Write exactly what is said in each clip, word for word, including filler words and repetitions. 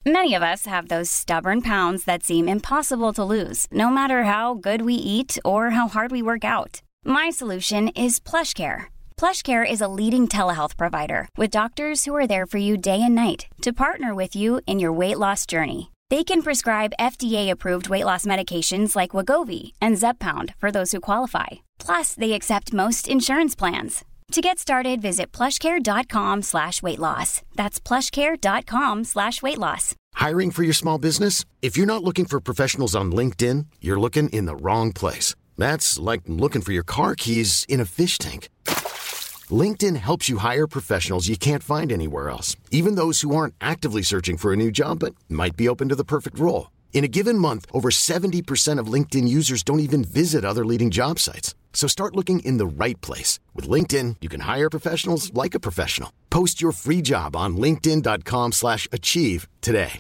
Many of us have those stubborn pounds that seem impossible to lose, no matter how good we eat or how hard we work out. My solution is PlushCare. PlushCare is a leading telehealth provider with doctors who are there for you day and night to partner with you in your weight loss journey. They can prescribe F D A-approved weight loss medications like Wegovy and Zepbound for those who qualify. Plus, they accept most insurance plans. To get started, visit plushcare.com slash weight loss. That's plushcare.com slash weight loss. Hiring for your small business? If you're not looking for professionals on LinkedIn, you're looking in the wrong place. That's like looking for your car keys in a fish tank. LinkedIn helps you hire professionals you can't find anywhere else, even those who aren't actively searching for a new job but might be open to the perfect role. In a given month, over seventy percent of LinkedIn users don't even visit other leading job sites. So start looking in the right place. With LinkedIn, you can hire professionals like a professional. Post your free job on linkedin.com slash achieve today.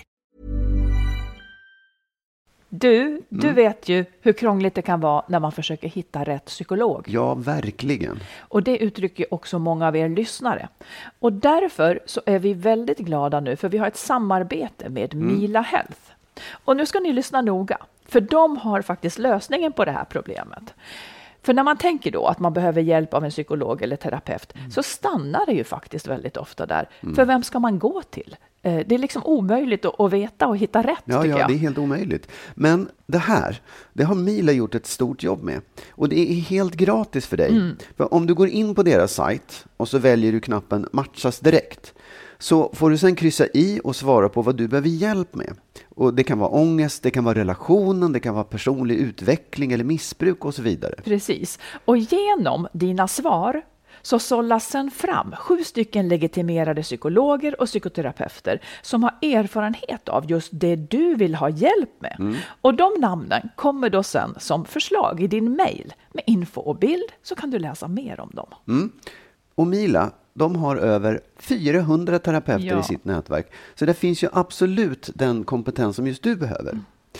Du, du Mm. vet ju hur krångligt det kan vara när man försöker hitta rätt psykolog. Ja, verkligen. Och det uttrycker också många av er lyssnare. Och därför så är vi väldigt glada nu, för vi har ett samarbete med Mm. Mila Health. Och nu ska ni lyssna noga, för de har faktiskt lösningen på det här problemet. För när man tänker då att man behöver hjälp av en psykolog eller terapeut, Mm. så stannar det ju faktiskt väldigt ofta där. För vem ska man gå till? Eh, Det är liksom omöjligt att att veta och hitta rätt, Ja, tycker ja, jag. det är helt omöjligt. Men det här, det har Mila gjort ett stort jobb med. Och det är helt gratis för dig. Mm. För om du går in på deras sajt och så väljer du knappen matchas direkt, så får du sen kryssa i och svara på vad du behöver hjälp med. Och det kan vara ångest, det kan vara relationen, det kan vara personlig utveckling eller missbruk och så vidare. Precis. Och genom dina svar så sållas sen fram sju stycken legitimerade psykologer och psykoterapeuter som har erfarenhet av just det du vill ha hjälp med. Mm. Och de namnen kommer då sen som förslag i din mejl med info och bild, så kan du läsa mer om dem. Mm. Och Mila, de har över fyrahundra terapeuter Ja. i sitt nätverk. Så det finns ju absolut den kompetens som just du behöver.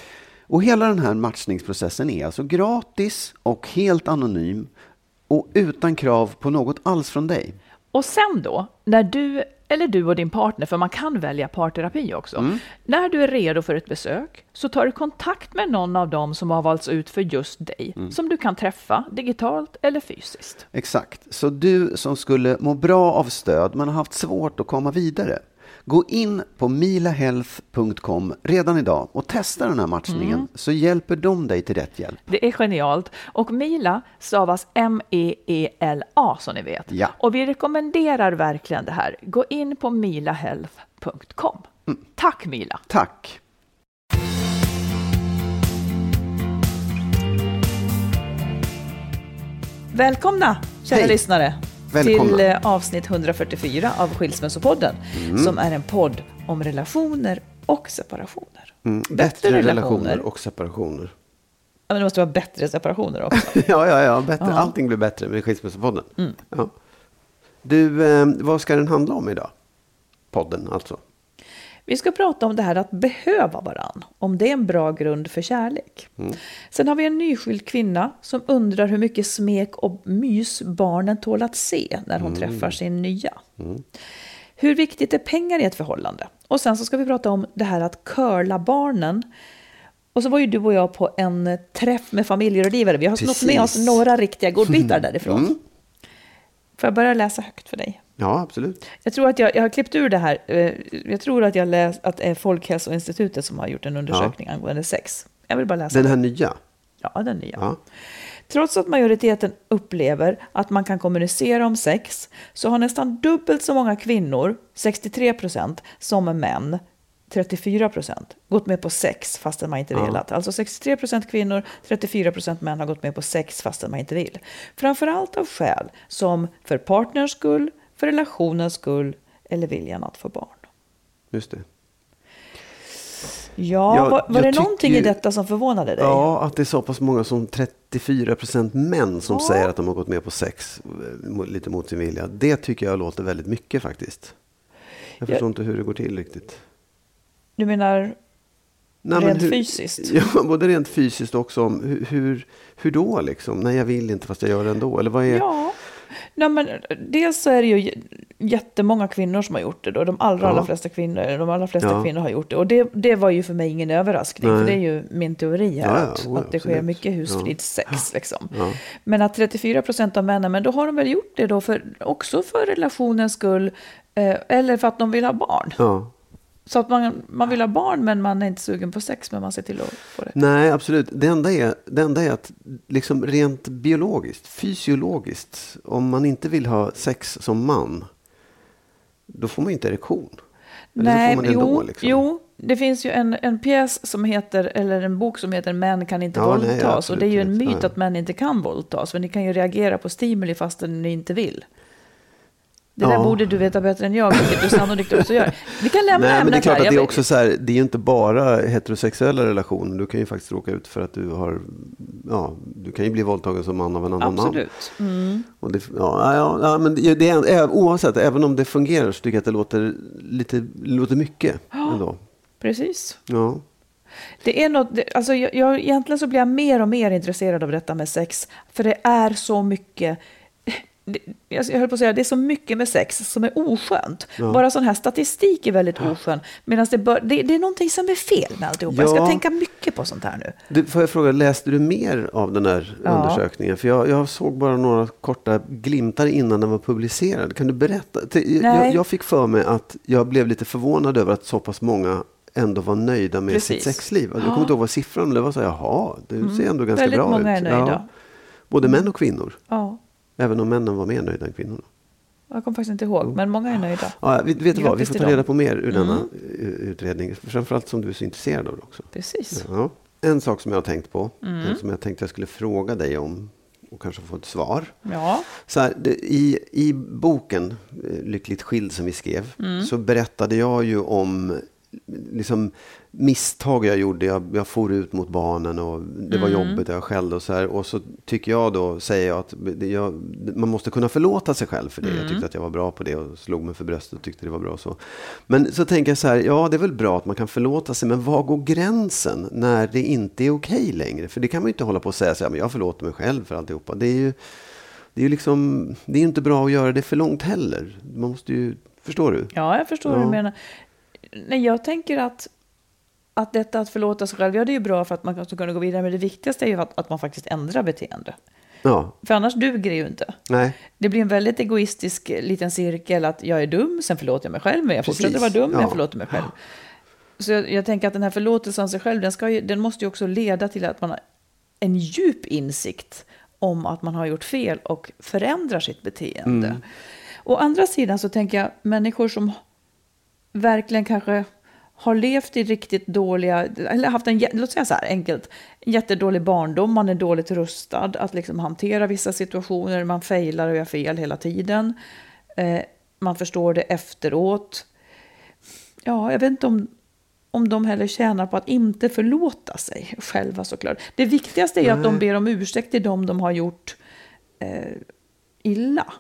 Och hela den här matchningsprocessen är alltså gratis och helt anonym och utan krav på något alls från dig. Och sen då, när du eller du och din partner, för man kan välja parterapi också, Mm. när du är redo för ett besök så tar du kontakt med någon av dem som har valts ut för just dig, Mm. som du kan träffa digitalt eller fysiskt. Exakt. Så du som skulle må bra av stöd men har haft svårt att komma vidare, gå in på milahealth punkt com redan idag och testa den här matchningen, Mm. så hjälper de dig till rätt hjälp. Det är genialt. Och Mila stavas M E E L A, som ni vet. Ja. Och vi rekommenderar verkligen det här. Gå in på milahealth punkt com. Tack Mila! Tack! Välkomna, kära Hej. lyssnare, Välkomna. till eh, avsnitt etthundrafyrtiofyra av Skilsmässopodden, som är en podd om relationer och separationer. Mm. Bättre, relationer och separationer. Ja, men det måste vara bättre separationer också. Ja, ja, ja. Bättre. Ja. Allting blir bättre med Skilsmässopodden. Mm. Ja. Du, eh, vad ska den handla om idag? Podden alltså. Vi ska prata om det här att behöva varann, om det är en bra grund för kärlek. Mm. Sen har vi en nyskild kvinna som undrar hur mycket smek och mys barnen tål att se när hon träffar sin nya. Mm. Hur viktigt är pengar i ett förhållande? Och sen så ska vi prata om det här att curla barnen. Och så var ju du och jag på en träff med familjerådgivare. Vi har snott med oss Precis. några riktiga godbitar därifrån. Mm. Får jag börja läsa högt för dig? Ja, absolut. Jag tror att jag, jag har klippt ur det här. eh, Jag tror att jag läst att det är Folkhälsoinstitutet som har gjort en undersökning angående sex. Jag vill bara läsa. Den här nya. Ja, den nya. Ja. Trots att majoriteten upplever att man kan kommunicera om sex, så har nästan dubbelt så många kvinnor, sextiotre procent, som män, trettiofyra procent, gått med på sex fastän man inte Ja. velat. Alltså sextiotre procent kvinnor, trettiofyra procent män har gått med på sex fastän man inte vill. Framförallt av skäl som för partners skull, för relationens skull eller viljan att få barn. Just det. Ja, Jag- var, var jag det någonting tycker- i detta som förvånade dig? Ja, att det är så pass många som trettiofyra procent män som Ja. säger att de har gått med på sex eh, lite mot sin vilja. Det tycker jag låter väldigt mycket faktiskt. Jag förstår Jag- inte hur det går till riktigt. Du menar Nej, men rent hur, fysiskt? Ja, både rent fysiskt också. Om hur, hur, hur då liksom? Nej, jag vill inte fast jag gör det ändå. Eller vad är... Ja, Nej, men dels så är det ju jättemånga kvinnor som har gjort det då. De allra, ja. allra flesta kvinnor, de allra flesta ja. kvinnor har gjort det. Och det, det var ju för mig ingen överraskning. Nej. För det är ju min teori här. Ja, ja, att, oh, att det sker absolut. mycket husfridssex. Ja. Liksom. Ja. Men att trettiofyra procent av männen, men då har de väl gjort det då för, också för relationens skull. Eh, eller för att de vill ha barn. Ja. Så att man, man vill ha barn men man är inte sugen på sex, men man ser till att få det. Nej, absolut. Det enda är, det enda är att liksom rent biologiskt, fysiologiskt, om man inte vill ha sex som man, då får man inte erektion. Eller Nej, så får man jo, ändå, liksom. jo, det finns ju en, en pjäs som heter, eller en bok som heter Män kan inte ja, våldtas. Nej, och det är ju en myt ja, ja. att män inte kan våldtas. Men ni kan ju reagera på stimuli fast ni inte vill. Det där ja. borde du veta bättre än jag, vilket du sannolikt också gör. Vi kan lämna Nej, ämnet men det är klart här. att det är också så här, det är ju inte bara heterosexuella relationer. Du kan ju faktiskt råka ut för att du har, ja, du kan ju bli våldtagen som man av en annan Absolut. man. Mm. Och det, ja, ja, ja, men det, det är, oavsett, även om det fungerar så tycker jag att det låter lite, låter mycket ja, ändå. Precis. Ja. Det är något, det, alltså jag, jag, egentligen så blir jag mer och mer intresserad av detta med sex. För det är så mycket... Det, jag höll på att säga, det är så mycket med sex som är oskönt. Ja. Bara sån här statistik är väldigt oskön. Medan det, bör, det, det är någonting som är fel med alltihopa. Ja. Jag ska tänka mycket på sånt här nu. Du, får jag fråga, läste du mer av den här ja. undersökningen? För jag, jag såg bara några korta glimtar innan den var publicerad. Kan du berätta? Jag, jag fick för mig att jag blev lite förvånad över att så pass många ändå var nöjda med Precis. sitt sexliv. Jag kommer inte ihåg vad siffran, men det var så, jaha, det mm. ser ändå ganska väldigt bra ut. Väldigt många är nöjda. Ja. Både män och kvinnor. Ja. Även om männen var mer nöjda än kvinnorna. Jag kommer faktiskt inte ihåg, mm. men många är nöjda. Ja, vet vet du vad, vi får ta reda på mer ur mm. denna utredning. Framförallt som du är så intresserad av det också. Precis. Ja. En sak som jag har tänkt på, mm. som jag tänkte jag skulle fråga dig om och kanske få ett svar. Ja. Så här, det, i, i boken Lyckligt skild som vi skrev mm. så berättade jag ju om liksom misstag jag gjorde. Jag, jag for ut mot barnen och det var mm. jobbigt och jag skällde och så här. Och så tycker jag då, säger jag att jag, man måste kunna förlåta sig själv för det. Mm. Jag tyckte att jag var bra på det och slog mig för bröstet och tyckte det var bra så. Men så tänker jag så här, ja det är väl bra att man kan förlåta sig, men var går gränsen när det inte är okej längre? För det kan man ju inte hålla på och säga så här, men jag förlåter mig själv för alltihopa. Det är ju, det är ju liksom, det är inte bra att göra det för långt heller. Man måste ju, förstår du? Ja, jag förstår ja. vad du menar. Nej, jag tänker att att detta att förlåta sig själv, ja det är ju bra för att man ska kunna gå vidare, men det viktigaste är ju att, att man faktiskt ändrar beteende. Ja. För annars duger det ju inte. Nej. Det blir en väldigt egoistisk liten cirkel att jag är dum, sen förlåter jag mig själv, men jag Precis. fortsätter vara dum, men ja. jag förlåter mig själv. Så jag, jag tänker att den här förlåtelsen av sig själv, den, ska ju, den måste ju också leda till att man har en djup insikt om att man har gjort fel och förändrar sitt beteende. Mm. Å andra sidan så tänker jag människor som verkligen kanske har levt i riktigt dåliga, eller haft en, låt säga så här enkelt, en jättedålig barndom, man är dåligt rustad att liksom hantera vissa situationer, man failar och gör fel hela tiden. Eh, man förstår det efteråt. Ja, jag vet inte om, om de heller tjänar på att inte förlåta sig själva såklart. Det viktigaste är ju att de ber om ursäkt till dem de har gjort eh, illa.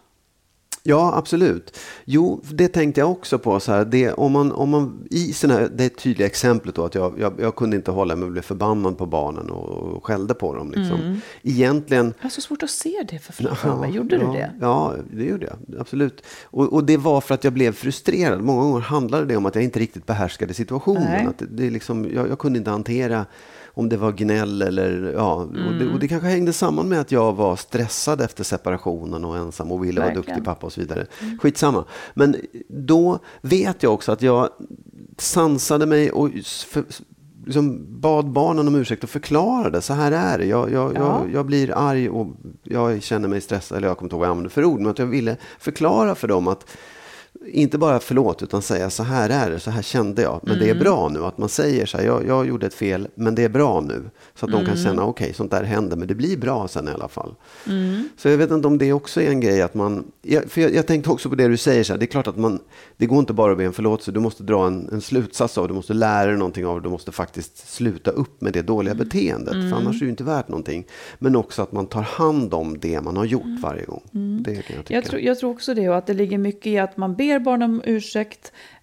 Ja, absolut. Jo, det tänkte jag också på. Så här, det, om man, om man, i såna här, det tydliga exemplet då, att jag, jag, jag kunde inte hålla mig och blev förbannad på barnen och, och skällde på dem. Liksom. Mm. Egentligen... Jag har så svårt att se det för framför mig. Gjorde ja, du det? Ja, det gjorde jag. Absolut. Och, och det var för att jag blev frustrerad. Många gånger handlade det om att jag inte riktigt behärskade situationen. Att det, det liksom, jag, jag kunde inte hantera om det var gnäll eller ja, mm. och, det, och det kanske hängde samman med att jag var stressad efter separationen och ensam och ville Verkligen. vara duktig pappa och så vidare. Mm. Skitsamma. Men då vet jag också att jag sansade mig och för, liksom bad barnen om ursäkt och förklarade, så här är det. Jag, jag, ja. jag, jag blir arg och jag känner mig stressad, eller jag kommer inte ihåg vad jag använde för ord, men att jag ville förklara för dem att inte bara förlåt utan säga så här är det, så här kände jag, men mm. det är bra nu att man säger så här, jag, jag gjorde ett fel men det är bra nu, så att mm. de kan känna okej, okay, sånt där händer men det blir bra sen i alla fall. Mm. Så jag vet inte om det också är en grej att man, jag, för jag, jag tänkte också på det du säger så här, det är klart att man, det går inte bara att be en förlåtelse, du måste dra en, en slutsats av, du måste lära dig någonting av, du måste faktiskt sluta upp med det dåliga mm. beteendet, mm. för annars är det ju inte värt någonting, men också att man tar hand om det man har gjort mm. varje gång. Mm. Det kan jag tycka. Jag tror, jag tror också det, och att det ligger mycket i att man ber barn om ursäkt,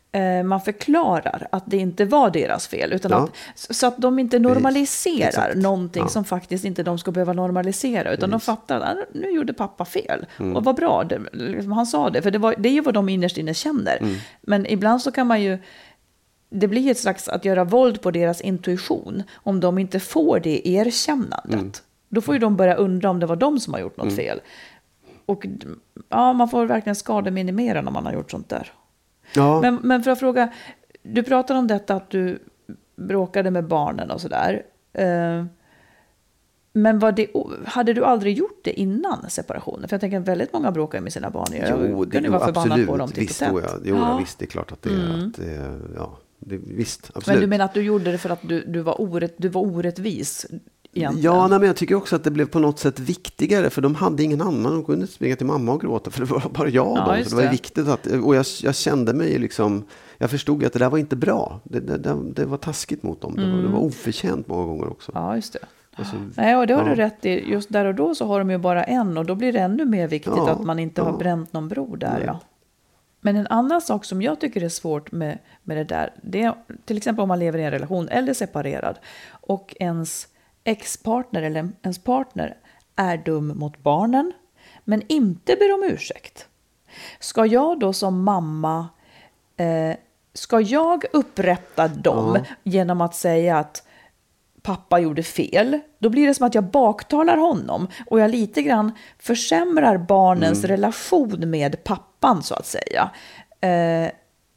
eh, man förklarar att det inte var deras fel. Utan Ja. att, så att de inte normaliserar Exakt. någonting Ja. som faktiskt inte de ska behöva normalisera. Utan Precis. de fattar att nu gjorde pappa fel. Mm. Och vad bra, det, liksom, han sa det. För det, var, det är ju vad de innerst inne känner. Mm. Men ibland så kan man ju... Det blir ett slags att göra våld på deras intuition om de inte får det erkännandet. Mm. Då får ju de börja undra om det var de som har gjort något Mm. fel. Och ja, man får verkligen skademinimera när man har gjort sånt där. Ja. Men, men för att fråga, du pratar om detta att du bråkade med barnen och sådär. Eh, men var det, hade du aldrig gjort det innan separationen? För jag tänker att väldigt många bråkar med sina barn. Jag Jo, det, kunde jo vara förbannad absolut. på dem till Visst, jo, ja, jo, ja. ja, visst, det är klart att det är... Mm. Att det är ja, det, visst, absolut. Men du menar att du gjorde det för att du, du, var, orätt, du var orättvis egentligen? Ja, nej, men jag tycker också att det blev på något sätt viktigare, för de hade ingen annan. De kunde inte springa till mamma och gråta, för det var bara jag och Ja, dem. just Så det var det. viktigt att, och jag, jag kände mig liksom, jag förstod att det där var inte bra. Det, det, det, det var taskigt mot dem. Det, var, det var oförtjänt många gånger också. Ja, just det. Alltså, Nej, och det har ja. du rätt i. Just där och då så har de ju bara en, och då blir det ännu mer viktigt Ja, att man inte ja. har bränt någon bro där. Nej. Ja. Men en annan sak som jag tycker är svårt med, med det där, det är till exempel om man lever i en relation eller separerad och ens ex-partner eller ens partner är dum mot barnen men inte ber om ursäkt. Ska jag då som mamma, eh, ska jag upprätta dem Ja. genom att säga att pappa gjorde fel? Då blir det som att jag baktalar honom och jag lite grann försämrar barnens Mm. relation med pappan så att säga. Eh,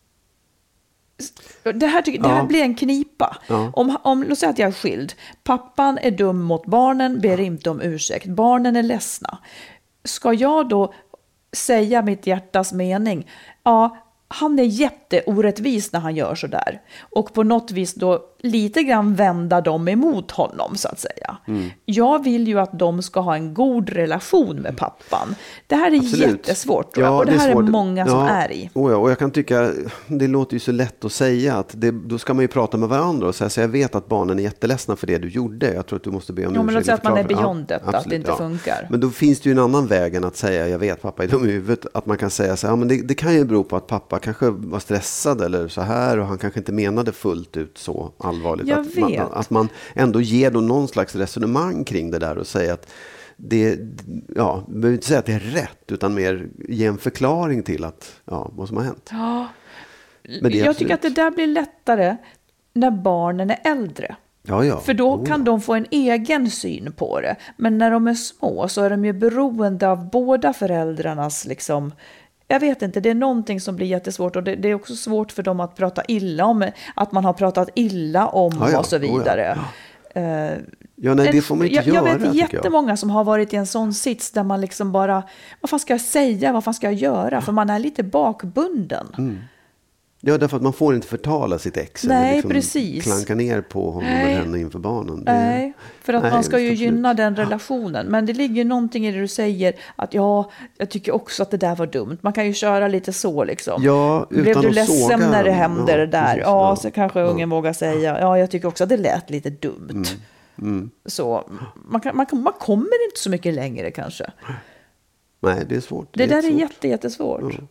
det här, tycker, det här Ja. blir en knipa. Ja. Om, om, låt säga att jag är skild. Pappan är dum mot barnen, ber inte om ursäkt. Barnen är ledsna. Ska jag då säga mitt hjärtas mening? Ja, han är jätteorättvis när han gör så där. Och på något vis då lite grann vända dem emot honom så att säga. Mm. Jag vill ju att de ska ha en god relation med pappan. Det här är Absolut. jättesvårt tror jag. Ja, Och det, det är här svårt. är många som Ja. är i. Oh ja, och jag kan tycka, det låter ju så lätt att säga att det, då ska man ju prata med varandra och säga så jag vet att barnen är jätteledsna för det du gjorde. Jag tror att du måste be om Ja, men låt ursäkt säga att man är förklara. beyond detta, att det inte funkar. Men då finns det ju en annan väg än att säga jag vet pappa är dum i huvudet. Att man kan säga så här, ja, men det, det kan ju bero på att pappa kanske var stressad eller så här och han kanske inte menade fullt ut så allvarligt. Jag att, man, vet. att man ändå ger då någon slags resonemang kring det där och säger att det, ja, jag behöver inte säga att det är rätt utan mer ge en förklaring till att, ja, vad som har hänt. Ja. Men det är Jag absolut- tycker att det där blir lättare när barnen är äldre. Ja, ja. För då Oh, kan ja. de få en egen syn på det. Men när de är små så är de ju beroende av båda föräldrarnas liksom... Jag vet inte, det är någonting som blir jättesvårt. Och det, det är också svårt för dem att prata illa om att man har pratat illa om Ja, ja. och så Oh, ja. vidare. Eh, Ja, nej, det får man inte jag, göra, jag vet tycker jag. jättemånga som har varit i en sån sits där man liksom bara, vad fan ska jag säga, vad fan ska jag göra? För man är lite bakbunden. Mm. Ja, därför att man får inte förtala sitt ex. Nej, eller liksom precis. klanka ner på honom Nej. eller henne inför barnen. Det, Nej, för att nej, man ska ju visst, absolut. gynna den relationen. Men det ligger någonting i det du säger, att ja, jag tycker också att det där var dumt. Man kan ju köra lite så liksom. Ja, utan Blev du att ledsen såga när det den. hände Ja, det där? precis, Ja, ja. så kanske ungen vågar säga, ja, jag tycker också att det lät lite dumt. Mm. Så man, kan, man, kan, man kommer inte så mycket längre kanske. Nej, det är svårt. Det där är jättesvårt. jätte, jättesvårt. Mm.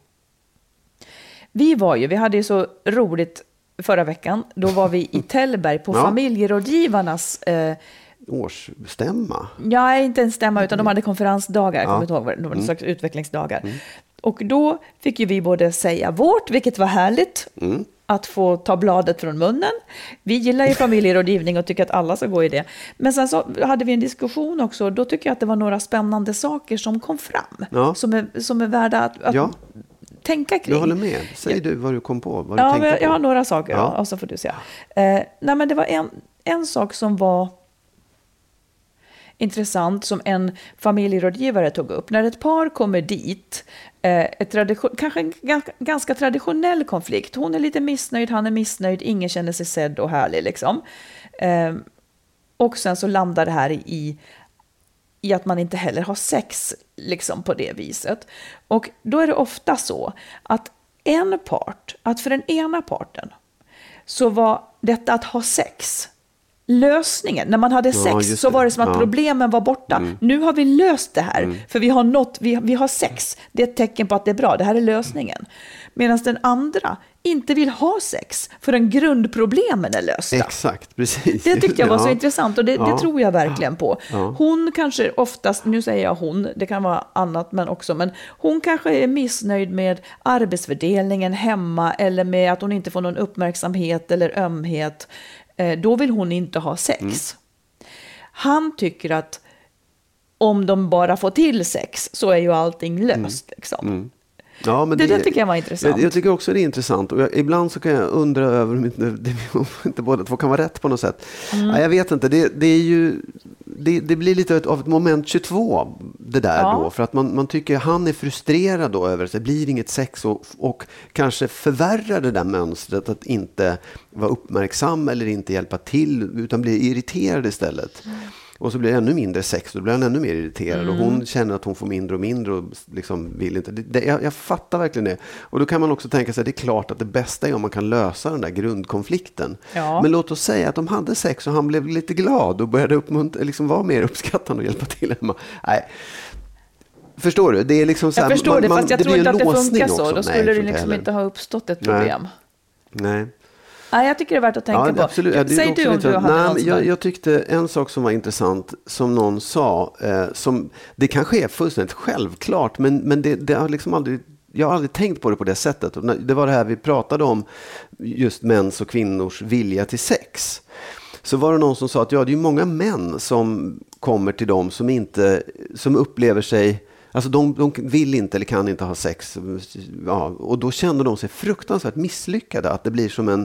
Vi var ju, vi hade ju så roligt förra veckan. Då var vi i Tällberg på Ja. familjerådgivarnas... Eh, Årsstämma. ja, inte en stämma, utan de hade konferensdagar. Ja. Kommer inte ihåg vad det var, en slags utvecklingsdagar. Och då fick ju vi både säga vårt, vilket var härligt. Mm. Att få ta bladet från munnen. Vi gillar ju familjerådgivning och tycker att alla ska gå i det. Men sen så hade vi en diskussion också. Då tycker jag att det var några spännande saker som kom fram. Ja. Som, är, som är värda att, att Ja. tänka kring. Jag håller med. Säg du vad du kom på. Vad du Ja, tänkte men jag, på. jag har några saker Ja. då, och så får du se. Eh, nej, men det var en, en sak som var intressant som en familjerådgivare tog upp. När ett par kommer dit, eh, ett tradition, kanske en ganska, ganska traditionell konflikt. Hon är lite missnöjd, han är missnöjd, ingen känner sig sedd och härlig. Liksom. Eh, och sen så landar det här i, i att man inte heller har sex liksom, på det viset. Och då är det ofta så att en part, att för den ena parten så var detta att ha sex lösningen. När man hade Ja, sex just så det. var det som att Ja. problemen var borta. Mm. Nu har vi löst det här. För vi har nått, vi, vi har sex. Det är ett tecken på att det är bra. Det här är lösningen. Medan den andra inte vill ha sex förrän grundproblemen är lösta. Exakt, precis. Det tyckte jag var ja. så intressant och det, ja. det tror jag verkligen på. Ja. Hon kanske oftast, nu säger jag hon, det kan vara annat men också, men hon kanske är missnöjd med arbetsfördelningen hemma eller med att hon inte får någon uppmärksamhet eller ömhet. Eh, då vill hon inte ha sex. Mm. Han tycker att om de bara får till sex så är ju allting löst. Mm. Liksom. Mm. Ja, men det, det, det tycker jag var intressant. Jag, jag tycker också det är intressant. Och jag, ibland så kan jag undra över om inte, det, inte båda två kan vara rätt på något sätt. Mm. Ja, jag vet inte. Det, det, är ju, det, det blir lite av ett moment tjugotvå det där ja. då. För att man, man tycker han är frustrerad då över att det blir inget sex och, och kanske förvärrar det där mönstret att inte vara uppmärksam eller inte hjälpa till utan blir irriterad istället. Mm. Och så blir det ännu mindre sex, då blir han ännu mer irriterad. Mm. Och hon känner att hon får mindre och mindre och liksom vill inte. Det, det, jag, jag fattar verkligen det. Och då kan man också tänka sig att det är klart att det bästa är om man kan lösa den där grundkonflikten. Ja. Men låt oss säga att de hade sex och han blev lite glad och började uppmuntra, liksom vara mer uppskattande och hjälpa till hemma. Nej. Förstår du? Det är liksom så här, jag förstår man, det, fast jag det tror inte att det funkar så. Också. Då skulle Nej, det liksom inte ha uppstått ett problem. Nej. Nej. Nej, jag tycker det är värt att tänka ja, på. Absolut. Ja, Säg du om du hade Nej, någon men jag, jag tyckte en sak som var intressant som någon sa, eh, som det kanske är fullständigt självklart, men, men det, det har liksom aldrig, jag har aldrig tänkt på det på det sättet. Det var det här vi pratade om, just mäns och kvinnors vilja till sex. Så var det någon som sa att ja, det är många män som kommer till dem som inte, som upplever sig. Alltså de, de vill inte eller kan inte ha sex. Ja, och då känner de sig fruktansvärt misslyckade. Att det blir som en...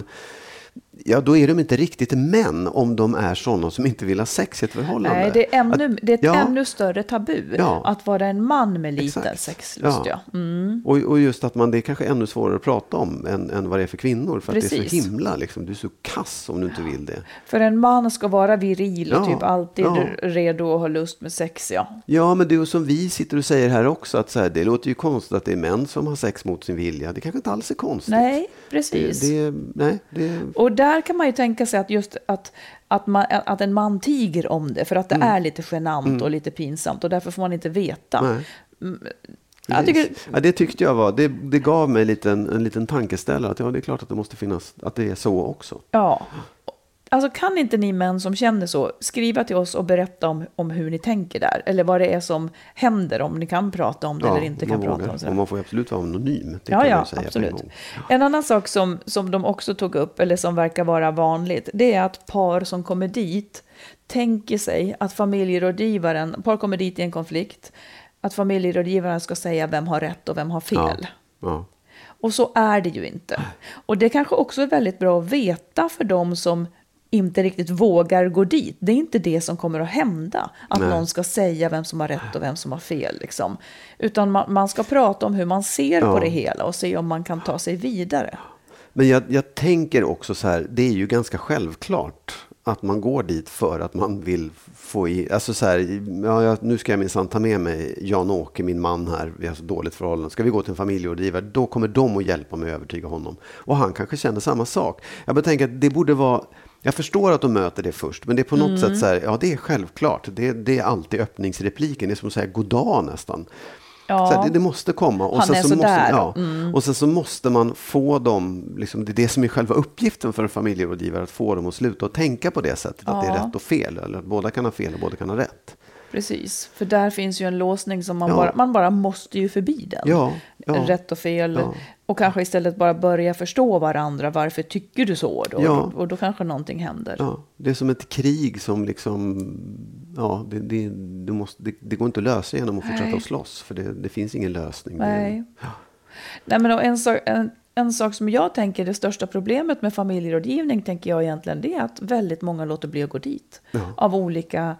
Ja, då är de inte riktigt män om de är sådana som inte vill ha sex i ett förhållande. Nej, det är, ännu, att, det är ett ja, ännu större tabu ja, att vara en man med liten exakt, sexlust. Ja. Ja. Mm. Och, och just att man, det är kanske ännu svårare att prata om än, än vad det är för kvinnor. För att det är så himla, liksom, du är så kass om du inte vill det. För en man ska vara viril och ja, typ alltid ja. redo att ha lust med sex, ja. Ja, men det är som vi sitter och säger här också, att så här, det låter ju konstigt att det är män som har sex mot sin vilja. Det kanske inte alls är konstigt. Nej, precis. Det, det, nej, det... Och där kan man ju tänka sig att just att, att, man, att en man tiger om det, för att det mm. är lite genant mm. och lite pinsamt och därför får man inte veta. Nej. Jag tycker... ja, det tyckte jag var, det, det gav mig lite en, en liten tankeställare att ja, det är klart att det måste finnas, att det är så också. Ja. Alltså kan inte ni män som känner så skriva till oss och berätta om, om hur ni tänker där, eller vad det är som händer, om ni kan prata om det ja, eller inte kan prata om det. Och man får absolut vara anonym. Det ja, kan ja, man säga absolut. en, en annan sak som, som de också tog upp, eller som verkar vara vanligt, det är att par som kommer dit tänker sig att familjerådgivaren, par kommer dit i en konflikt, att familjerådgivaren ska säga vem har rätt och vem har fel. Ja, ja. Och så är det ju inte. Och det kanske också är väldigt bra att veta för dem som inte riktigt vågar gå dit. Det är inte det som kommer att hända. Att Nej. någon ska säga vem som har rätt och vem som har fel. Liksom. Utan man, man ska prata om hur man ser ja. på det hela och se om man kan ta sig vidare. Men jag, jag tänker också så här, det är ju ganska självklart att man går dit för att man vill få i, alltså så här, ja, jag, nu ska jag minsann ta med mig Jan-Åke, min man här, vi har så dåligt förhållande, ska vi gå till en familjerådgivare, då kommer de att hjälpa mig att övertyga honom. Och han kanske känner samma sak. Jag bara tänker att det borde vara, jag förstår att de möter det först, men det är på något mm. sätt så här, ja det är självklart, det, det är alltid öppningsrepliken, det är som att säga goddag nästan. Ja. Så det, det måste komma. Och Han sen är så, så måste, där. ja, Mm. och sen så måste man få dem, liksom, det är det som är själva uppgiften för en familjerådgivare, att få dem att sluta och tänka på det sättet, ja. att det är rätt och fel, eller att båda kan ha fel och båda kan ha rätt. Precis, för där finns ju en låsning som man, ja. bara, man bara måste ju förbi den. Ja, ja. Rätt och fel. Ja. Och kanske istället bara börja förstå varandra. Varför tycker du så då? Ja. Och, och då kanske någonting händer. Ja. Det är som ett krig som liksom, ja, det, det, det, måste, det, det går inte att lösa genom att Nej. fortsätta att slåss. För det, det finns ingen lösning. Nej. Ja. Nej, men en sak, en, en sak som jag tänker är det största problemet med familjerådgivning, tänker jag egentligen, det är att väldigt många låter bli att gå dit. Ja. Av olika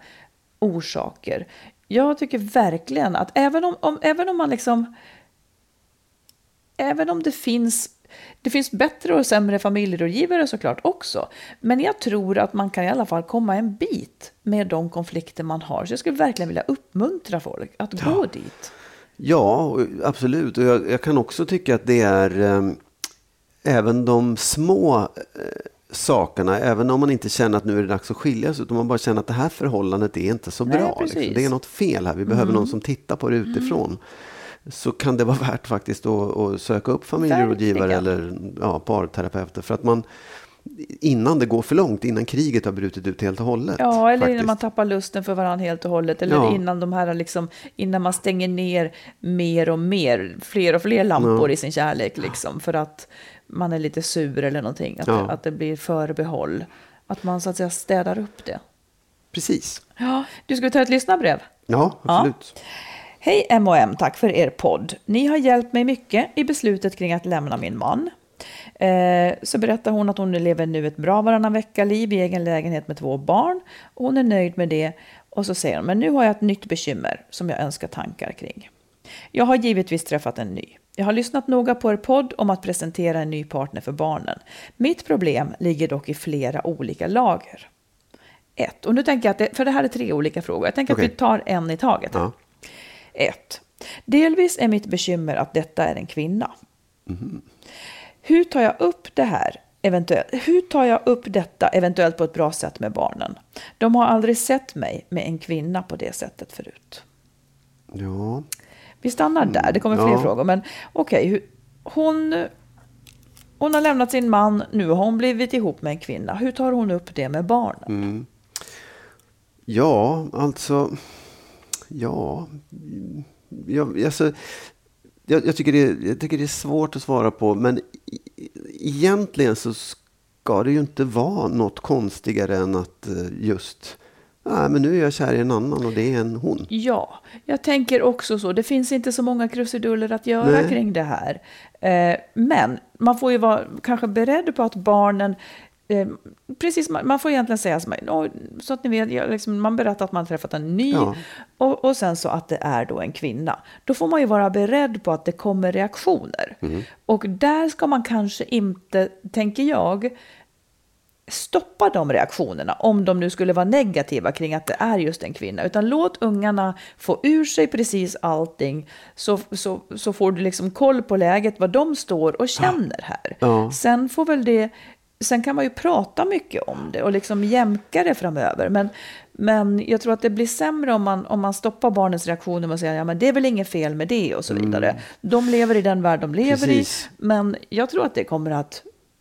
orsaker. Jag tycker verkligen att även om, om, även om man liksom, även om det finns, det finns bättre och sämre familjerådgivare såklart också, men jag tror att man kan i alla fall komma en bit med de konflikter man har. Så jag skulle verkligen vilja uppmuntra folk att ja. gå dit. Ja, absolut. Och jag, jag kan också tycka att det är eh, även de små eh, sakerna, även om man inte känner att nu är det dags att skiljas, utan man bara känner att det här förhållandet är inte så bra. Nej, liksom. Det är något fel här, vi behöver mm. någon som tittar på det utifrån. så kan det vara värt faktiskt att, att söka upp familjerådgivare eller ja, parterapeuter. För att man, innan det går för långt, innan kriget har brutit ut helt och hållet. Ja, eller faktiskt. innan man tappar lusten för varandra helt och hållet. Eller Ja. innan, de här liksom, innan man stänger ner mer och mer, fler och fler lampor Ja. i sin kärlek. Liksom, för att man är lite sur eller någonting. Att, Ja. det, att det blir förbehåll. Att man så att säga städar upp det. Precis. Ja, du ska ta ett lyssnarbrev. Ja, absolut. Ja. Hej M och M, tack för er podd. Ni har hjälpt mig mycket i beslutet kring att lämna min man. Eh, så berättar hon att hon lever nu ett bra varannan vecka-liv i egen lägenhet med två barn. Och hon är nöjd med det. Och så säger hon, men nu har jag ett nytt bekymmer som jag önskar tankar kring. Jag har givetvis träffat en ny. Jag har lyssnat noga på er podd om att presentera en ny partner för barnen. Mitt problem ligger dock i flera olika lager. Ett, och nu tänker jag att det, för det här är tre olika frågor. Jag tänker Okej. att vi tar en i taget. Ja. Ett, delvis är mitt bekymmer att detta är en kvinna. Mm. Hur tar jag upp det här eventuellt? Hur tar jag upp detta eventuellt på ett bra sätt med barnen? De har aldrig sett mig med en kvinna på det sättet förut. Ja. Vi stannar där, det kommer fler Ja. frågor. Men okej, okay, hon, hon har lämnat sin man, nu har hon blivit ihop med en kvinna. Hur tar hon upp det med barnen? Mm. Ja, alltså... Ja... Jag, alltså, jag, jag, tycker det, jag tycker det är svårt att svara på. Men e- egentligen så ska det ju inte vara något konstigare än att just... Nej, men nu är jag kär i en annan och det är en hon. Ja, jag tänker också så. Det finns inte så många krusiduller att göra Nej. kring det här. Eh, men man får ju vara kanske beredd på att barnen... Eh, precis, man, man får egentligen säga som, oh, så att ni vet, jag, liksom, man berättar att man har träffat en ny Ja. och, och sen så att det är då en kvinna. Då får man ju vara beredd på att det kommer reaktioner. Mm. Och där ska man kanske inte, tänker jag, stoppa de reaktionerna om de nu skulle vara negativa kring att det är just en kvinna. Utan låt ungarna få ur sig precis allting så, så, så får du liksom koll på läget, vad de står och känner här. Ja. Sen får väl det... Sen kan man ju prata mycket om det och liksom jämka det framöver. Men, men jag tror att det blir sämre om man, om man stoppar barnens reaktioner och säger ja, men det är väl inget fel med det och så vidare. Mm. De lever i den värld de lever Precis. i. Men jag tror att det kommer att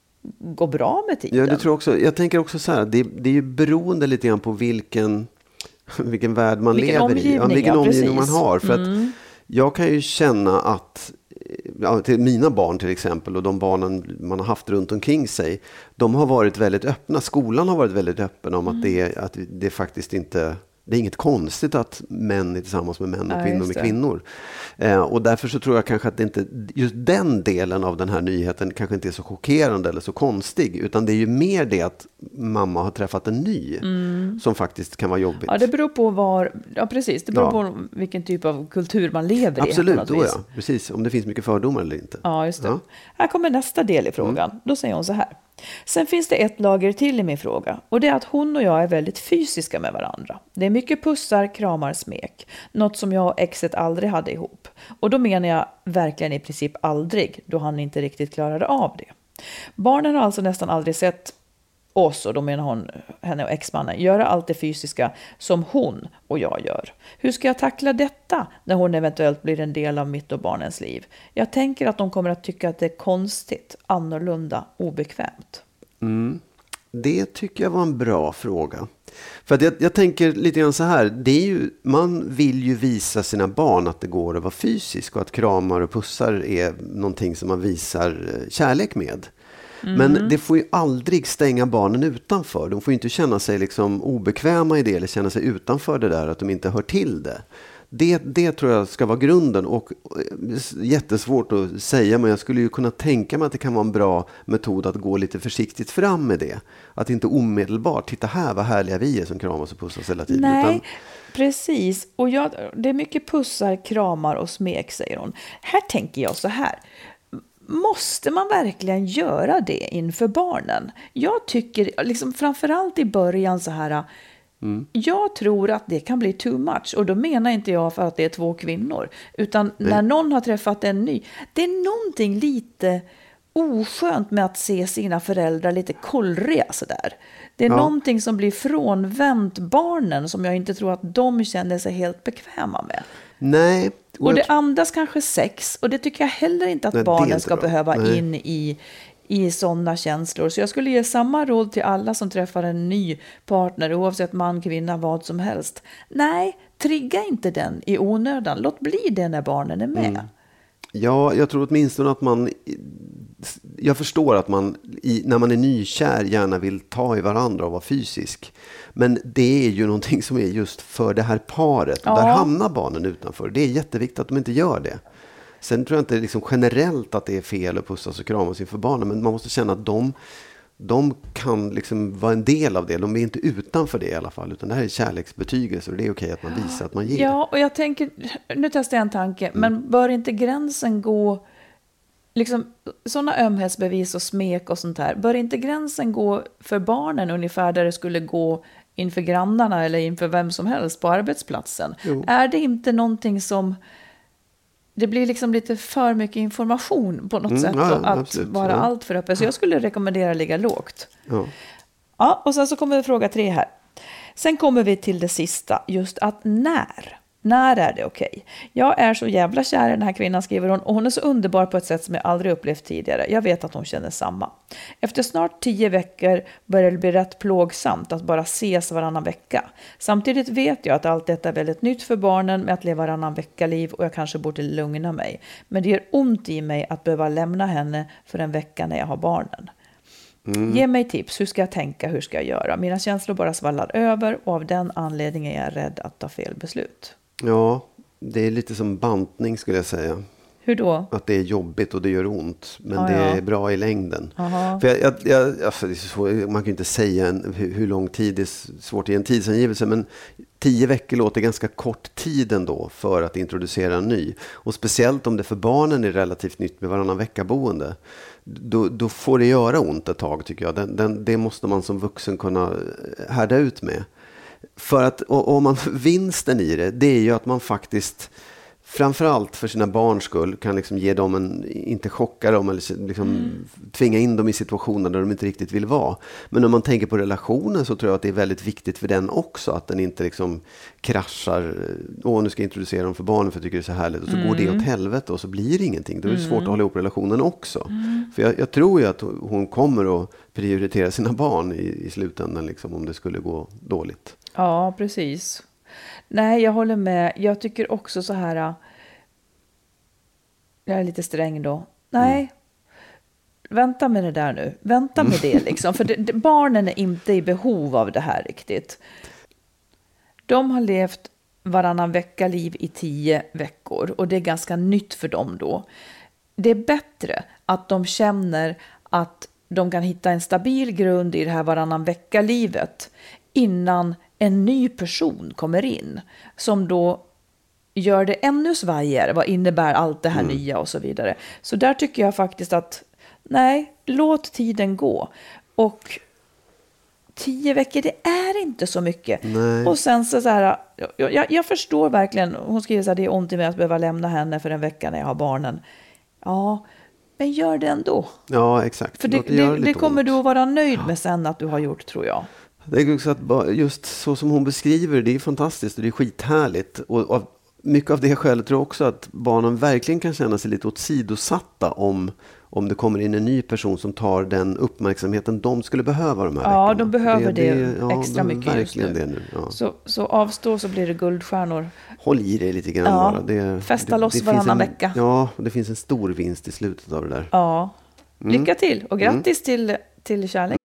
gå bra med tiden. Ja, det tror jag också. Jag tänker också så här, det, det är ju beroende lite grann på vilken, vilken värld man vilken lever i. Ja, vilken ja, omgivning man precis. har. För Mm. att jag kan ju känna att ja, till mina barn till exempel och de barnen man har haft runt omkring sig, de har varit väldigt öppna. Skolan har varit väldigt öppen om Mm. att, det, att det faktiskt inte, det är inget konstigt att män är tillsammans med män och Ja, kvinnor just med det. kvinnor. Eh, och därför så tror jag kanske att det inte, just den delen av den här nyheten kanske inte är så chockerande eller så konstig, utan det är ju mer det att mamma har träffat en ny Mm. som faktiskt kan vara jobbigt. Ja, det beror på var, ja precis, det beror Ja. på vilken typ av kultur man lever i. Absolut, på något då vis. ja. Precis, om det finns mycket fördomar eller inte. Ja, just det. Ja. Här kommer nästa del i frågan. Mm. Då säger hon så här. Sen finns det ett lager till i min fråga. Och det är att hon och jag är väldigt fysiska med varandra. Det är mycket pussar, kramar, smek. Något som jag och exet aldrig hade ihop. Och då menar jag verkligen i princip aldrig. Då han inte riktigt klarade av det. Barnen har alltså nästan aldrig sett oss, och då menar hon henne och exmannen, göra allt det fysiska som hon och jag gör. Hur ska jag tackla detta när hon eventuellt blir en del av mitt och barnens liv? Jag tänker att de kommer att tycka att det är konstigt, annorlunda, obekvämt. Mm. Det tycker jag var en bra fråga. För att jag, jag tänker lite grann så här, det är ju, man vill ju visa sina barn att det går att vara fysisk och att kramar och pussar är någonting som man visar eh, kärlek med. Mm. Men det får ju aldrig stänga barnen utanför. De får ju inte känna sig liksom obekväma i det eller känna sig utanför det där, att de inte hör till det. Det, det tror jag ska vara grunden, och jättesvårt att säga, men jag skulle ju kunna tänka mig att det kan vara en bra metod att gå lite försiktigt fram med det. Att inte omedelbart, titta här vad härliga vi är som kramas och pussas hela tiden. Nej, utan, precis. Och jag, det är mycket pussar, kramar och smek, säger hon. Här tänker jag så här. Måste man verkligen göra det inför barnen? Jag tycker, liksom, framförallt i början så här... Mm. Jag tror att det kan bli too much, och då menar inte jag för att det är två kvinnor, utan Nej. när någon har träffat en ny, det är någonting lite oskönt med att se sina föräldrar lite kollriga sådär. Det är Ja. någonting som blir frånvänt barnen som jag inte tror att de känner sig helt bekväma med. Nej. Och det jag- andas kanske sex, och det tycker jag heller inte att Nej, det är barnen inte ska bra. behöva Nej. in i, i sådana känslor. Så jag skulle ge samma råd till alla som träffar en ny partner, oavsett man, kvinna, vad som helst. Nej, trigga inte den i onödan. Låt bli det när barnen är med. Mm. Ja, jag tror åtminstone att man... Jag förstår att man i, när man är nykär gärna vill ta i varandra och vara fysisk. Men det är ju någonting som är just för det här paret. Och Ja. där hamnar barnen utanför. Det är jätteviktigt att de inte gör det. Sen tror jag inte liksom generellt att det är fel att pussas och kramas inför barnen. Men man måste känna att de, de kan liksom vara en del av det. De är inte utanför det i alla fall. Utan det här är kärleksbetygelse. Och det är okej att man visar att man ger. Ja, och jag tänker, nu testar jag en tanke, Mm. men bör inte gränsen gå, liksom sådana ömhetsbevis och smek och sånt här, bör inte gränsen gå för barnen ungefär där det skulle gå inför grannarna eller inför vem som helst på arbetsplatsen? Jo. Är det inte någonting som, det blir liksom lite för mycket information på något Mm, sätt, ja, och att absolut, vara ja. allt för öppen? Så jag skulle rekommendera att ligga lågt. Ja. Ja, och sen så kommer vi fråga tre här. Sen kommer vi till det sista, just att när. När är det okej? Jag är så jävla kär i den här kvinnan, skriver hon, och hon är så underbar på ett sätt som jag aldrig upplevt tidigare. Jag vet att hon känner samma. Efter snart tio veckor börjar det bli rätt plågsamt att bara ses varannan vecka. Samtidigt vet jag att allt detta är väldigt nytt för barnen med att leva varannan vecka-liv, och jag kanske borde lugna mig. Men det gör ont i mig att behöva lämna henne för en vecka när jag har barnen. Mm. Ge mig tips, hur ska jag tänka, hur ska jag göra? Mina känslor bara svallar över, och av den anledningen är jag rädd att ta fel beslut. Ja, det är lite som bantning skulle jag säga. Hur då? Att det är jobbigt och det gör ont. Men Ja, det ja. är bra i längden. Aha. För jag, jag, jag, alltså det är så svårt, man kan ju inte säga en, hur, hur lång tid, det är svårt att ge en tidsangivelse. Men tio veckor låter ganska kort tid ändå för att introducera en ny. Och speciellt om det för barnen är relativt nytt med varannan vecka boende. Då, då får det göra ont ett tag tycker jag. Den, den, det måste man som vuxen kunna härda ut med. För att, och, och om man vinsten i det, det är ju att man faktiskt framförallt för sina barns skull kan liksom ge dem en, inte chocka dem eller liksom mm. tvinga in dem i situationer där de inte riktigt vill vara. Men om man tänker på relationen så tror jag att det är väldigt viktigt för den också, att den inte liksom kraschar, åh nu ska jag introducera dem för barnen för jag tycker det är så härligt, och så mm. går det åt helvete och så blir det ingenting. Då är det svårt att hålla ihop relationen också. Mm. För jag, jag tror ju att hon kommer att prioritera sina barn i, i slutändan liksom, om det skulle gå dåligt. Ja, precis. Nej, jag håller med. Jag tycker också så här, jag är lite sträng då. Nej, mm. vänta med det där nu. Vänta med det liksom. För det, det, barnen är inte i behov av det här riktigt. De har levt varannan vecka liv i tio veckor. Och det är ganska nytt för dem då. Det är bättre att de känner att de kan hitta en stabil grund i det här varannan vecka-livet innan en ny person kommer in som då gör det ännu svajigare. Vad innebär allt det här mm. nya och så vidare. Så där tycker jag faktiskt att nej, låt tiden gå. Och tio veckor, det är inte så mycket. Nej. Och sen så, så här, jag, jag förstår verkligen, hon skriver så här, det är ont i mig att behöva lämna henne för en vecka när jag har barnen. Ja, men gör det ändå. Ja, exakt. För det, det, det, det kommer ont. Du att vara nöjd med sen att du har gjort, tror jag. Det är också att just så som hon beskriver det är fantastiskt och det är skithärligt. Och av, mycket av det skälet tror jag också att barnen verkligen kan känna sig lite åsidosatta om, om det kommer in en ny person som tar den uppmärksamheten de skulle behöva de här ja, veckorna. Ja, de behöver det, det ja, extra de mycket just nu. Det nu ja. så, så avstå så blir det guldstjärnor. Håll i det lite grann ja, bara. Det, festa det, loss det varannan en, vecka. Ja, och det finns en stor vinst i slutet av det där. Ja, mm. lycka till och grattis mm. till, till kärlek.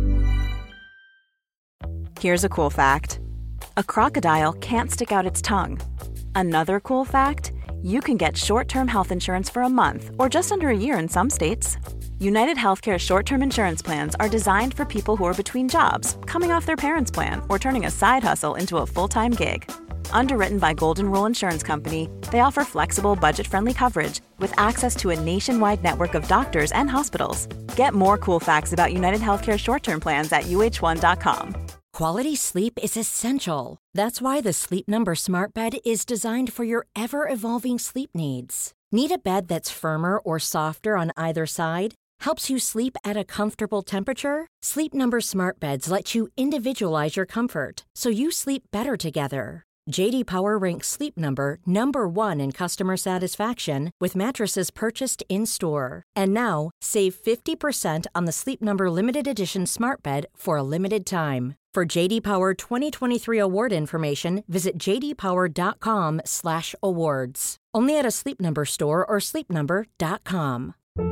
Here's a cool fact. A crocodile can't stick out its tongue. Another cool fact, you can get short-term health insurance for a month or just under a year in some states. United Healthcare short-term insurance plans are designed for people who are between jobs, coming off their parents' plan, or turning a side hustle into a full-time gig. Underwritten by Golden Rule Insurance Company, they offer flexible, budget-friendly coverage with access to a nationwide network of doctors and hospitals. Get more cool facts about United Healthcare short-term plans at U H one dot com. Quality sleep is essential. That's why the Sleep Number Smart Bed is designed for your ever-evolving sleep needs. Need a bed that's firmer or softer on either side? helps you sleep at a comfortable temperature. Sleep Number smart beds let you individualize your comfort so you sleep better together. J D Power ranks Sleep Number number one in customer satisfaction with mattresses purchased in-store. And now, save fifty percent on the Sleep Number Limited Edition smart bed for a limited time. For J D Power twenty twenty-three award information, visit j d power dot com slash awards. Only at a Sleep Number store or sleep number dot com.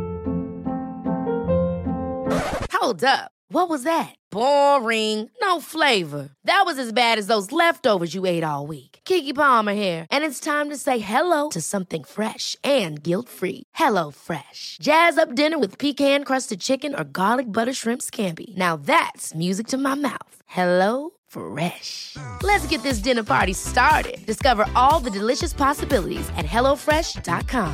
Hold up. What was that? Boring. No flavor. That was as bad as those leftovers you ate all week. Keke Palmer here, and it's time to say hello to something fresh and guilt-free. Hello Fresh. Jazz up dinner with pecan-crusted chicken or garlic butter shrimp scampi. Now that's music to my mouth. Hello Fresh. Let's get this dinner party started. Discover all the delicious possibilities at hello fresh dot com.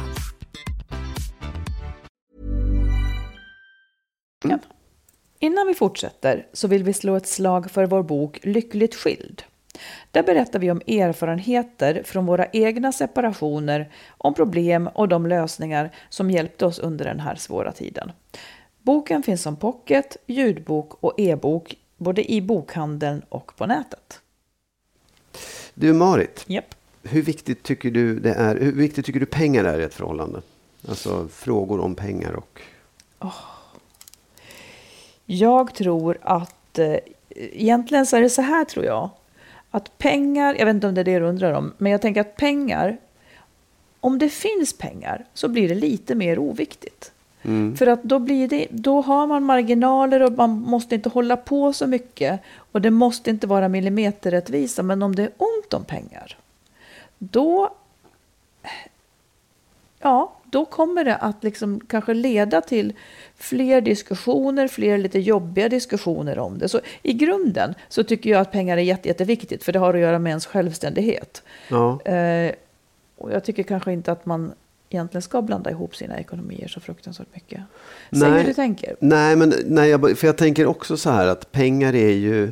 Mm. Innan vi fortsätter så vill vi slå ett slag för vår bok Lyckligt skild. Där berättar vi om erfarenheter från våra egna separationer, om problem och de lösningar som hjälpte oss under den här svåra tiden. Boken finns som pocket, ljudbok och e-bok både i bokhandeln och på nätet. Du Marit, Yep. hur viktigt tycker du det är, hur viktigt tycker du pengar är i ett förhållande? Alltså frågor om pengar och... Oh. Jag tror att, eh, egentligen så är det så här tror jag, att pengar, jag vet inte om det är det du undrar om, men jag tänker att pengar, om det finns pengar så blir det lite mer oviktigt. Mm. För att då, blir det, då har man marginaler och man måste inte hålla på så mycket och det måste inte vara millimeterrättvisa, men om det är ont om pengar, då... Ja, då kommer det att liksom kanske leda till fler diskussioner, fler lite jobbiga diskussioner om det. Så i grunden så tycker jag att pengar är jätte, jätteviktigt, för det har att göra med ens självständighet. Ja. Eh, och jag tycker kanske inte att man egentligen ska blanda ihop sina ekonomier så fruktansvärt mycket. Säg hur du tänker. Nej, men nej, jag, för jag tänker också så här att pengar är ju...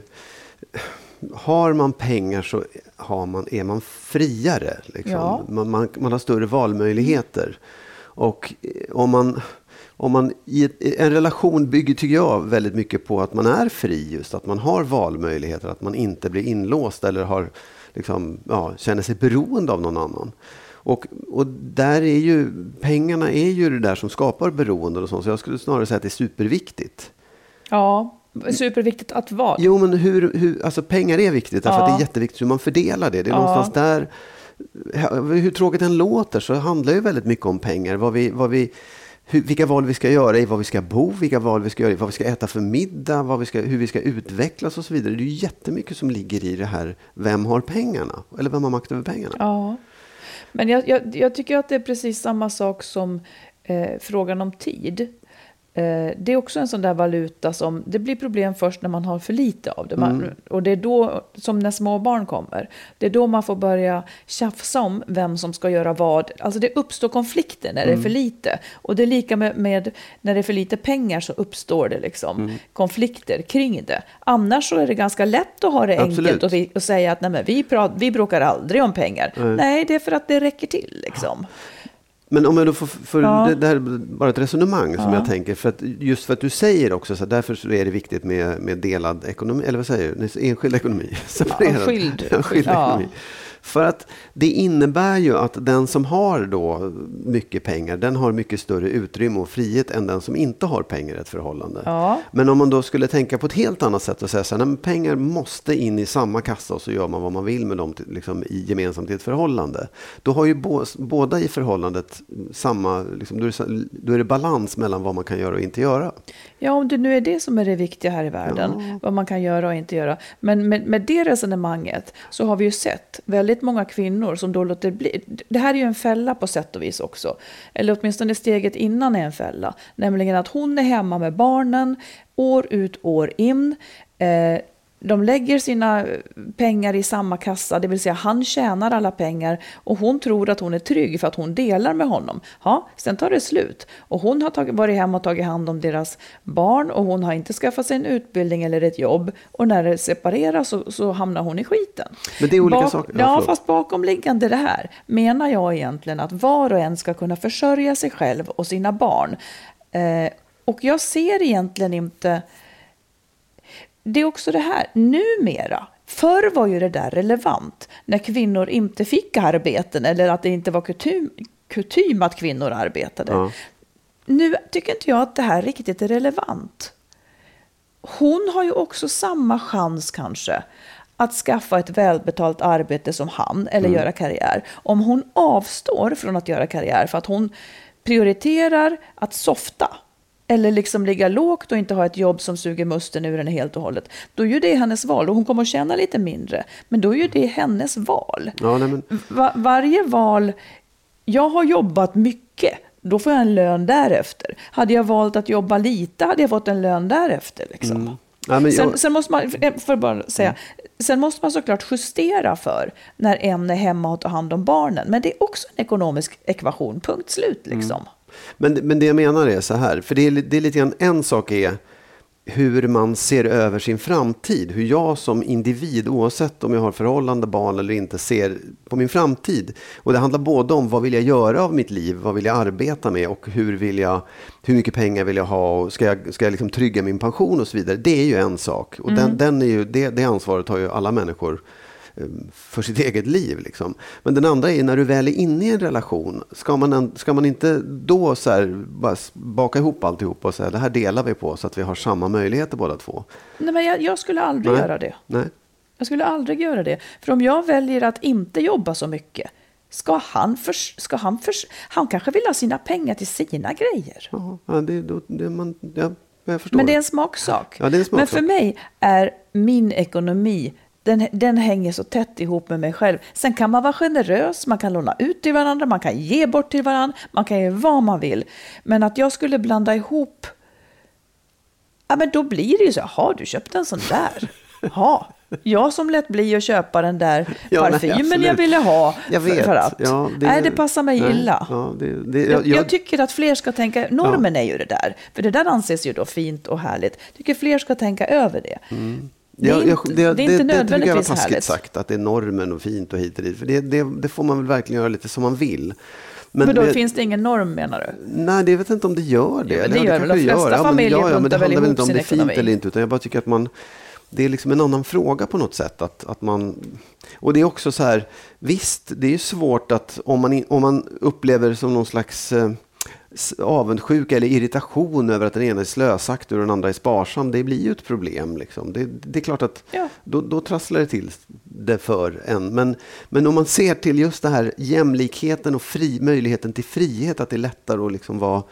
Har man pengar så har man, är man friare. Liksom. Ja. Man, man, man har större valmöjligheter. Mm. Och om man, om man i ett, en relation bygger, tycker jag, väldigt mycket på att man är fri. Just att man har valmöjligheter. Att man inte blir inlåst eller har, liksom, ja, känner sig beroende av någon annan. Och, och där är ju, pengarna är ju det där som skapar beroende och sånt. Så jag skulle snarare säga att det är superviktigt. Ja. Superviktigt att vad? Jo, men hur, hur, alltså pengar är viktigt därför ja. att det är jätteviktigt hur man fördelar det. Det är ja. någonstans där, hur tråkigt den låter så handlar ju väldigt mycket om pengar. Vad vi, vad vi, hur, vilka val vi ska göra i vad vi ska bo, vilka val vi ska göra i vad vi ska äta för middag, vad vi ska, hur vi ska utvecklas och så vidare. Det är ju jättemycket som ligger i det här, vem har pengarna? Eller vem har makt över pengarna? Ja, men jag, jag, jag tycker att det är precis samma sak som eh, frågan om tid. Det är också en sån där valuta som det blir problem först när man har för lite av det. Man, mm. Och det är då, som när små barn kommer, det är då man får börja tjafsa om vem som ska göra vad. Alltså det uppstår konflikter när mm. det är för lite. Och det är lika med, med när det är för lite pengar så uppstår det liksom mm. konflikter kring det. Annars så är det ganska lätt att ha det Absolut. enkelt och, vi, och säga att nej, men vi, prat, vi bråkar aldrig om pengar. Mm. Nej, det är för att det räcker till liksom. Men om jag då får, för ja. det, det här är bara ett resonemang som ja. jag tänker, för att, just för att du säger också så därför så är det viktigt med, med delad ekonomi, eller vad säger du, enskild ekonomi, separerad, ja, skild, ja, skild ja. ekonomi. För att det innebär ju att den som har då mycket pengar, den har mycket större utrymme och frihet än den som inte har pengar i ett förhållande. Ja. Men om man då skulle tänka på ett helt annat sätt och säga så här, nej, pengar måste in i samma kassa och så gör man vad man vill med dem till, liksom, i gemensamt i ett förhållande. Då har ju bo, båda i förhållandet samma, liksom, då, är det, då är det balans mellan vad man kan göra och inte göra. Ja, om det nu är det som är det viktiga här i världen, ja. vad man kan göra och inte göra. Men med, med det resonemanget så har vi ju sett väldigt många kvinnor som då låter bli. Det här är ju en fälla på sätt och vis också. Eller åtminstone steget innan är en fälla. Nämligen att hon är hemma med barnen år ut, år in. Eh, De lägger sina pengar i samma kassa, det vill säga han tjänar alla pengar och hon tror att hon är trygg för att hon delar med honom. Ja, sen tar det slut och hon har tagit, varit hemma och tagit hand om deras barn och hon har inte skaffat sig en utbildning eller ett jobb och när det separeras så, så hamnar hon i skiten. Men det är olika Bak, saker. Ja, fast bakomliggande det här menar jag egentligen att var och en ska kunna försörja sig själv och sina barn. Eh, Och jag ser egentligen inte... Det är också det här, numera. Förr var ju det där relevant. När kvinnor inte fick arbeten eller att det inte var kutym, kutym att kvinnor arbetade. Ja. Nu tycker inte jag att det här riktigt är relevant. Hon har ju också samma chans kanske att skaffa ett välbetalt arbete som han eller mm. göra karriär. Om hon avstår från att göra karriär för att hon prioriterar att softa eller liksom ligga lågt och inte ha ett jobb som suger musten ur henne helt och hållet, då är ju det hennes val och hon kommer att tjäna lite mindre. Men då är ju det hennes val. Ja, nej, men... Var, varje val, jag har jobbat mycket, då får jag en lön därefter. Hade jag valt att jobba lite hade jag fått en lön därefter. Liksom. Mm. Ja, men jag... sen, sen, måste man, för bara säga, mm. sen måste man såklart justera för när en är hemma och tar hand om barnen. Men det är också en ekonomisk ekvation, punkt slut liksom. Mm. Men, men det jag menar är så här, för det är, det är lite grann, en sak är hur man ser över sin framtid. Hur jag som individ, oavsett om jag har förhållande, barn eller inte, ser på min framtid. Och det handlar både om vad vill jag göra av mitt liv, vad vill jag arbeta med och hur vill jag, hur mycket pengar vill jag ha och ska jag, ska jag liksom trygga min pension och så vidare. Det är ju en sak. Och mm. den, den är ju, det, det ansvaret har ju alla människor för sitt eget liv liksom. Men den andra är när du väl är inne i en relation, ska man, ska man inte då så här bara baka ihop alltihop och säga det här delar vi på så att vi har samma möjligheter båda två. Nej, men jag, jag skulle aldrig Nej. göra det. Nej. Jag skulle aldrig göra det. För om jag väljer att inte jobba så mycket, ska han för, ska han för, han kanske vill ha sina pengar till sina grejer. Ja, det, det, det man ja, jag förstår. Men det är en smaksak. Ja, det är en smaksak. Men för mig är min ekonomi Den, den hänger så tätt ihop med mig själv. Sen kan man vara generös, man kan låna ut till varandra, man kan ge bort till varandra, man kan göra vad man vill. Men att jag skulle blanda ihop, ja men då blir det ju så, jaha du köpte en sån där. Ja, jag som lät bli att köpa den där ja, parfymen nej, jag ville ha. Jag vet. För att, ja, det, nej, det passar mig nej, illa. Ja, det, det, jag, jag, jag tycker att fler ska tänka, normen ja. är ju det där. För det där anses ju då fint och härligt. Jag tycker fler ska tänka över det. Mm. Det är, jag, inte, det, det är inte det, nödvändigtvis det härligt. sagt att det är normen och fint och hit och dit. För det, det, det får man väl verkligen göra lite som man vill. Men, men då det, finns det ingen norm menar du? Nej, det vet inte om det gör det. Ja, men det, det gör väl de flesta gör. familjer ja, men, ja, men det handlar väl inte om det är fint ekonomi. eller inte. Utan jag bara tycker att man, det är liksom en annan fråga på något sätt. Att, att man, och det är också så här, visst, det är ju svårt att om man, om man upplever som någon slags eh, avundsjuka eller irritation över att den ena är slösaktig och den andra är sparsam, det blir ju ett problem liksom. det, det är klart att ja. då, då trasslar det till det för en, men, men om man ser till just det här jämlikheten och fri, möjligheten till frihet, att det är lättare att liksom vara,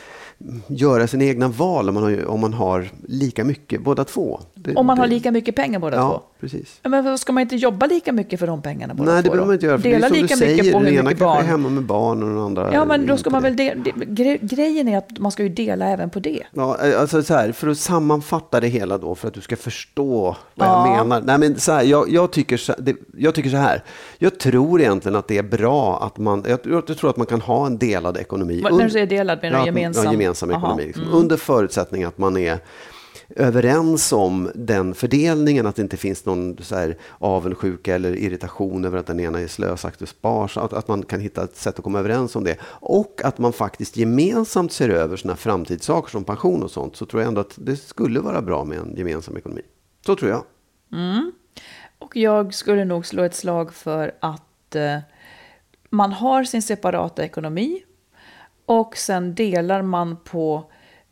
göra sina egna val om man har, om man har lika mycket båda två. Det, om man det, har lika mycket pengar båda ja, två? Precis. Men ska man inte jobba lika mycket för de pengarna båda Nej, två? det behöver man inte göra. För dela det är lika som du mycket säger, på hur den ena mycket kanske barn. är hemma med barn och den andra. Ja, men då ska man väl det. de, de, grejen är att man ska ju dela även på det. Ja, alltså så här, för att sammanfatta det hela då, för att du ska förstå vad ja. jag menar. Nej, men så här, jag, jag, tycker så, det, jag tycker så här. Jag tror egentligen att det är bra att man, jag, jag tror att man kan ha en delad ekonomi. Vad, när du säger delad menar du gemensam? Ja, gemensam ekonomi. Liksom. Mm. Under förutsättning att man är överens om den fördelningen, att det inte finns någon så här avundsjuka eller irritation över att den ena är slösaktig och sparsam, att, att man kan hitta ett sätt att komma överens om det, och att man faktiskt gemensamt ser över såna framtidssaker som pension och sånt, så tror jag ändå att det skulle vara bra med en gemensam ekonomi. Så tror jag. Mm. Och jag skulle nog slå ett slag för att eh, man har sin separata ekonomi och sen delar man på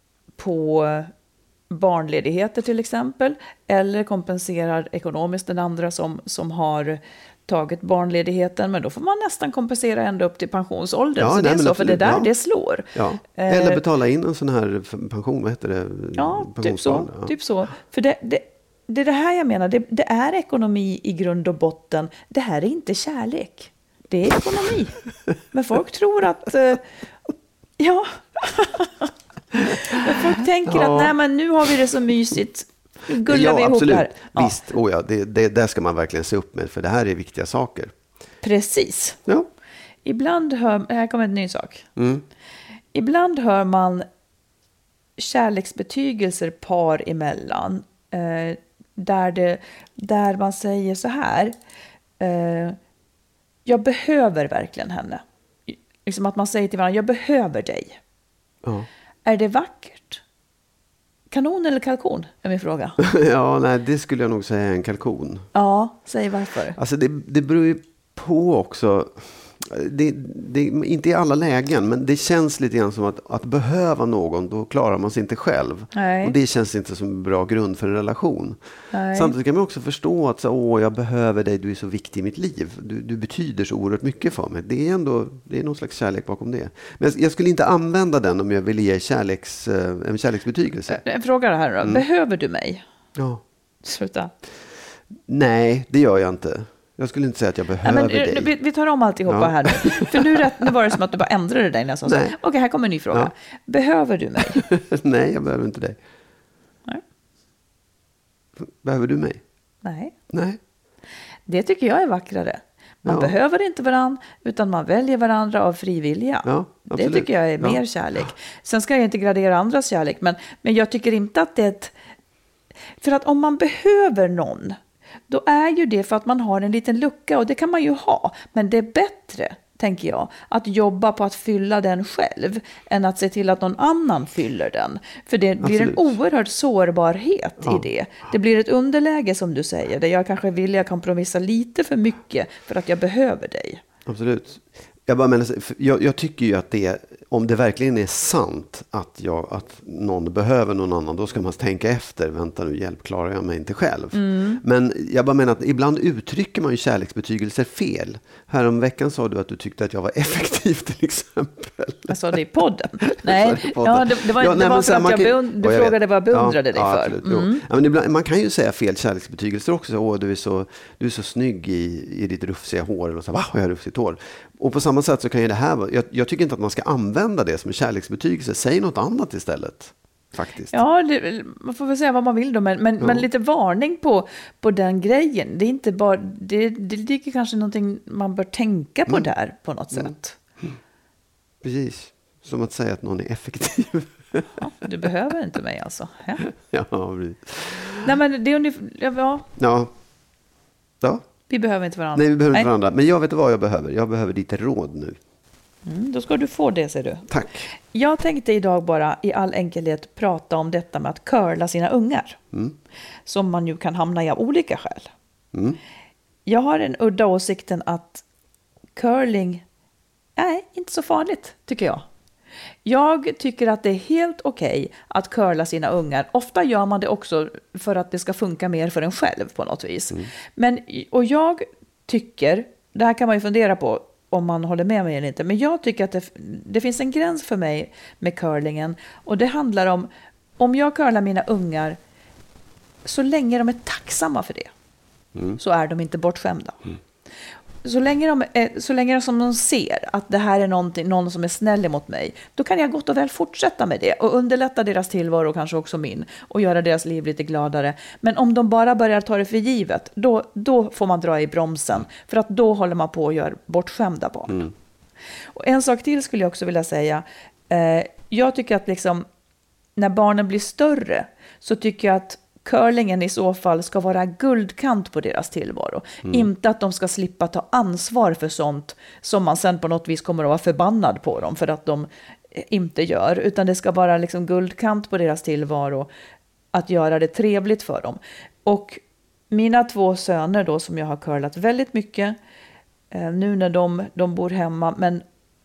på barnledigheter till exempel, eller kompenserar ekonomiskt den andra som, som har tagit barnledigheten, men då får man nästan kompensera ända upp till pensionsåldern. Ja, så nej, det är så, för det där, ja. det slår. Ja. Eller betala in en sån här pension, vad heter det? Ja, typ så. Ja. Typ så. För det, det, det är det här jag menar, det, det är ekonomi i grund och botten. Det här är inte kärlek. Det är ekonomi. Men folk tror att... Uh, ja... Men folk tänker ja. att nej, men nu har vi det så mysigt. Gullar ja, vi ihop absolut. här. Ja. Visst, oh ja, det, det, det ska man verkligen se upp med, för det här är viktiga saker. Precis. Ja. Ibland hör, här kommer en ny sak. Mm. Ibland hör man kärleksbetygelser par emellan. Eh, där, det, där man säger så här. Eh, jag behöver verkligen henne. Liksom att man säger till varandra, jag behöver dig. Ja. Är det vackert? Kanon eller kalkon är min fråga. Ja, nej, det skulle jag nog säga är en kalkon. Ja, säg varför. Alltså det, det beror ju på också. Det, det, inte i alla lägen, men det känns lite grann som att, att behöva någon, då klarar man sig inte själv. Nej. Och det känns inte som en bra grund för en relation. Nej. Samtidigt kan man också förstå att så, åh, jag behöver dig, du är så viktig i mitt liv. Du, du betyder så oerhört mycket för mig. Det är ändå, det är någon slags kärlek bakom det. Men jag, jag skulle inte använda den om jag ville ge kärleks, en kärleksbetygelse. En fråga här då. Mm. Behöver du mig? Ja. Sluta. Nej, det gör jag inte. Jag skulle inte säga att jag behöver Nej, men, dig. Vi, vi tar om alltihopa ja. här nu. För nu, rätt, nu var det som att du bara ändrade dig nästan. Okej, okay, här kommer en ny fråga. Ja. Behöver du mig? Nej, jag behöver inte dig. Nej. Behöver du mig? Nej. Nej. Det tycker jag är vackrare. Man ja. behöver inte varandra, utan man väljer varandra av fri vilja. Ja, det tycker jag är ja. mer kärlek. Sen ska jag inte gradera andras kärlek, men, men jag tycker inte att det är ett... För att om man behöver någon, då är ju det för att man har en liten lucka, och det kan man ju ha. Men det är bättre, tänker jag, att jobba på att fylla den själv än att se till att någon annan fyller den. För det Absolut. blir en oerhörd sårbarhet ja. i det. Det blir ett underläge, som du säger, där jag kanske vill jag kompromissa lite för mycket för att jag behöver dig. Absolut. Jag, bara menar, jag, jag tycker ju att det, om det verkligen är sant att, jag, att någon behöver någon annan, då ska man tänka efter, vänta nu, hjälp, klarar jag mig inte själv. Mm. Men jag bara menar att ibland uttrycker man ju kärleksbetygelser fel. Här om veckan sa du att du tyckte att jag var effektiv till exempel. Jag sa det i podden. Nej, i podden. Ja, det, det var, ja, det nej, var för att jag kan, beund, du frågade vet. vad jag beundrade ja, dig ja, för. Mm. Ja, men ibland, man kan ju säga fel kärleksbetygelser också. Åh, du är så, du är så snygg i, i ditt rufsiga hår. Eller så, va, jag har rufsigt hår. Och på samma sätt så kan ju det här vara, jag, jag tycker inte att man ska använda det som en kärleksbetygelse. Säg något annat istället, faktiskt. Ja, det, man får väl säga vad man vill då, men, men, ja. men lite varning på, på den grejen. Det är inte bara, det, det ligger kanske någonting man bör tänka på mm. där på något mm. sätt. Mm. Precis, som att säga att någon är effektiv. Ja, du behöver inte mig alltså. Ja, ja precis. Nej, men det är ungefär, ja. Ja. Ja. Vi behöver inte varandra. Nej, vi behöver inte varandra. Men jag vet vad jag behöver. Jag behöver ditt råd nu. Mm, då ska du få det, säger du. Tack. Jag tänkte idag bara i all enkelhet prata om detta med att curla sina ungar. Mm. Som man ju kan hamna i av olika skäl. Mm. Jag har en udda åsikten att curling är inte så farligt, tycker jag. Jag tycker att det är helt okej att curla sina ungar. Ofta gör man det också för att det ska funka mer för en själv på något vis. Mm. Men, och jag tycker, det här kan man ju fundera på om man håller med mig eller inte, men jag tycker att det, det finns en gräns för mig med curlingen. Och det handlar om, om jag curlar mina ungar så länge de är tacksamma för det, mm. så är de inte bortskämda. Mm. Så länge, de, så länge som de ser att det här är någon som är snäll mot mig, då kan jag gott och väl fortsätta med det och underlätta deras tillvaro och kanske också min och göra deras liv lite gladare. Men om de bara börjar ta det för givet, då, då får man dra i bromsen, för att då håller man på att göra bortskämda barn. Mm. Och en sak till skulle jag också vilja säga. Eh, jag tycker att liksom, när barnen blir större så tycker jag att curlingen i så fall ska vara guldkant på deras tillvaro. Mm. Inte att de ska slippa ta ansvar för sånt som man sen på något vis kommer att vara förbannad på dem för att de inte gör. Utan det ska vara liksom guldkant på deras tillvaro att göra det trevligt för dem. Och mina två söner då, som jag har curlat väldigt mycket eh, nu när de, de bor hemma, men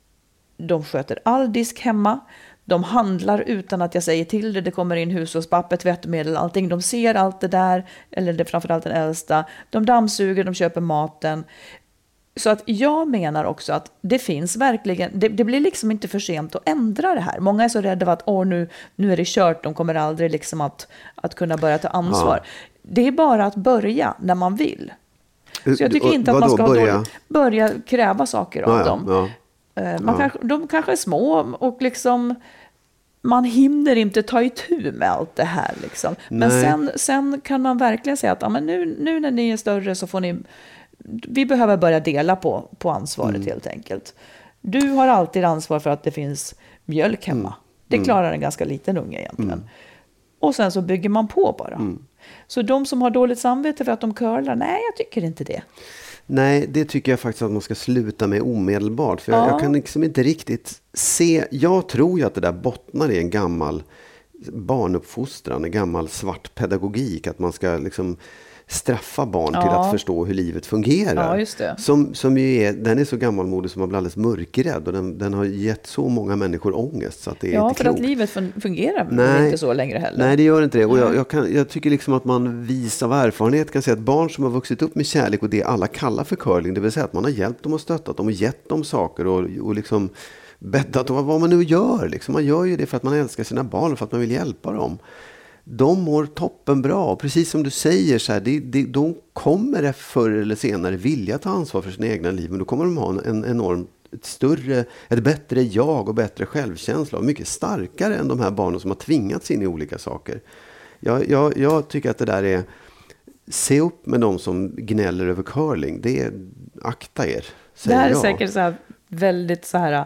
de sköter all disk hemma. De handlar utan att jag säger till det. Det kommer in hushållspapper, tvättmedel, allting. De ser allt det där, eller det är framförallt den äldsta. De dammsuger, de köper maten. Så att jag menar också att det finns verkligen, det, det blir liksom inte för sent att ändra det här. Många är så rädda för att åh, nu, nu är det kört, de kommer aldrig liksom att, att kunna börja ta ansvar. Ja. Det är bara att börja när man vill. Så jag tycker inte att man ska börja? Dåligt, börja kräva saker av ja, dem. Ja. Man ja. kanske, de kanske är små och liksom man hinner inte ta itu med allt det här. Liksom. Men sen, sen kan man verkligen säga att ja, men nu, nu när ni är större så får ni, vi behöver börja dela på, på ansvaret mm. helt enkelt. Du har alltid ansvar för att det finns mjölk hemma. Mm. Det klarar en ganska liten unge egentligen. Mm. Och sen så bygger man på bara. Mm. Så de som har dåligt samvete för att de curlar, nej jag tycker inte det. Nej, det tycker jag faktiskt att man ska sluta med omedelbart. För jag, ja. jag kan liksom inte riktigt se, jag tror ju att det där bottnar i en gammal barnuppfostran, en gammal svart pedagogik, att man ska liksom straffa barn ja. till att förstå hur livet fungerar. Ja, just det. Som, som ju är, den är så gammalmodig som man blir alldeles mörkrädd, och den, den har gett så många människor ångest så att det är ja, inte för klokt. att livet fungerar nej, inte så längre heller. Nej, det gör inte det. Och jag, jag, kan, jag tycker liksom att man vis av erfarenhet kan säga att barn som har vuxit upp med kärlek och det alla kallar för curling, det vill säga att man har hjälpt dem och stöttat dem och gett dem saker och, och liksom bäddat och vad man nu gör. Liksom. Man gör ju det för att man älskar sina barn och för att man vill hjälpa dem. De mår toppen bra. Precis som du säger, så här, det, det, de kommer förr eller senare vilja ta ansvar för sina egna liv. Men då kommer de ha en, en enormt ett större, ett bättre jag och bättre självkänsla. Och mycket starkare än de här barnen som har tvingats in i olika saker. Jag, jag, jag tycker att det där är... Se upp med de som gnäller över curling. Det är, akta er, säger det här är jag. säkert så här väldigt så här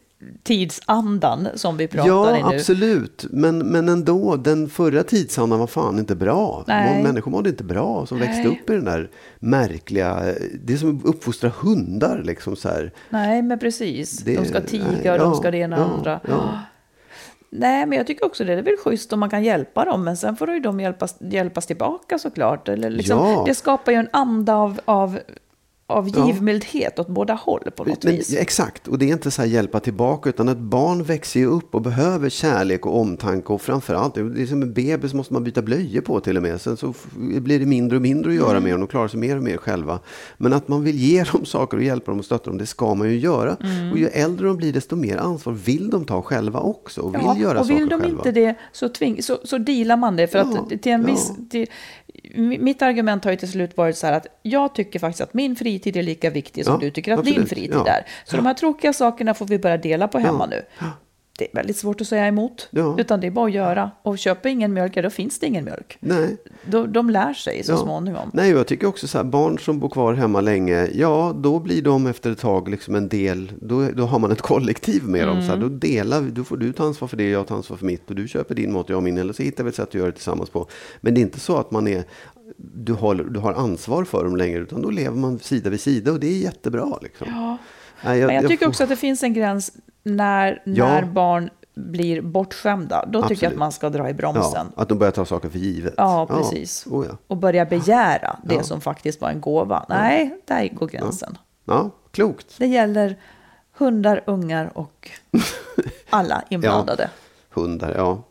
tidsandan som vi pratar ja, i nu. Ja, absolut. Men, men ändå, den förra tidsandan var fan inte bra. Nej. Människor mådde inte bra som Nej. växte upp i den där märkliga... Det är som att uppfostra hundar. Liksom så här. Nej, men precis. Det, de ska tiga och ja, de ska det ena och ja, andra. Ja. Nej, men jag tycker också det är väl schysst om man kan hjälpa dem. Men sen får ju de hjälpas, hjälpas tillbaka såklart. Eller liksom, Ja. Det skapar ju en anda av... av av givmildhet ja. åt båda håll på något Men, vis. Exakt, och det är inte så här hjälpa tillbaka, utan ett barn växer ju upp och behöver kärlek och omtanke, och framförallt, det är som en bebis måste man byta blöjor på till och med, sen så blir det mindre och mindre att göra mm. med, och de klarar sig mer och mer själva. Men att man vill ge dem saker och hjälpa dem och stötta dem, det ska man ju göra. Mm. Och ju äldre de blir, desto mer ansvar vill de ta själva också, och vill ja, göra och vill saker de själva. Inte det, så, tving, så, så dealar man det, för ja, att till en viss... ja. Till, mitt argument har ju till slut varit så här att jag tycker faktiskt att min fritid är lika viktig som ja, du tycker att absolut. din fritid ja. är. Så ja. de här tråkiga sakerna får vi börja dela på hemma ja. nu. Det är väldigt svårt att säga emot. Ja. Utan det är bara att göra. Och köper ingen mjölk, då finns det ingen mjölk. Nej. De, de lär sig så ja. småningom. Nej, jag tycker också så här, barn som bor kvar hemma länge, ja, då blir de efter ett tag liksom en del, då, då har man ett kollektiv med mm. dem. Så här, då delar vi, då får du ta ansvar för det, jag tar ansvar för mitt, och du köper din mat och jag min, eller så hittar vi ett sätt att göra det tillsammans på. Men det är inte så att man är, du har, du har ansvar för dem längre, utan då lever man sida vid sida, och det är jättebra. Liksom. Ja. Nej, jag, Men jag tycker jag, också att det finns en gräns när, ja. när barn blir bortskämda. Då Absolut. tycker jag att man ska dra i bromsen. Ja, att de börjar ta saker för givet. Ja, precis. Ja. Oh, ja. Och börja begära det ja. som faktiskt var en gåva. Nej, där går gränsen. Ja, ja, klokt. Det gäller hundar, ungar och alla inblandade. Ja, hundar, ja.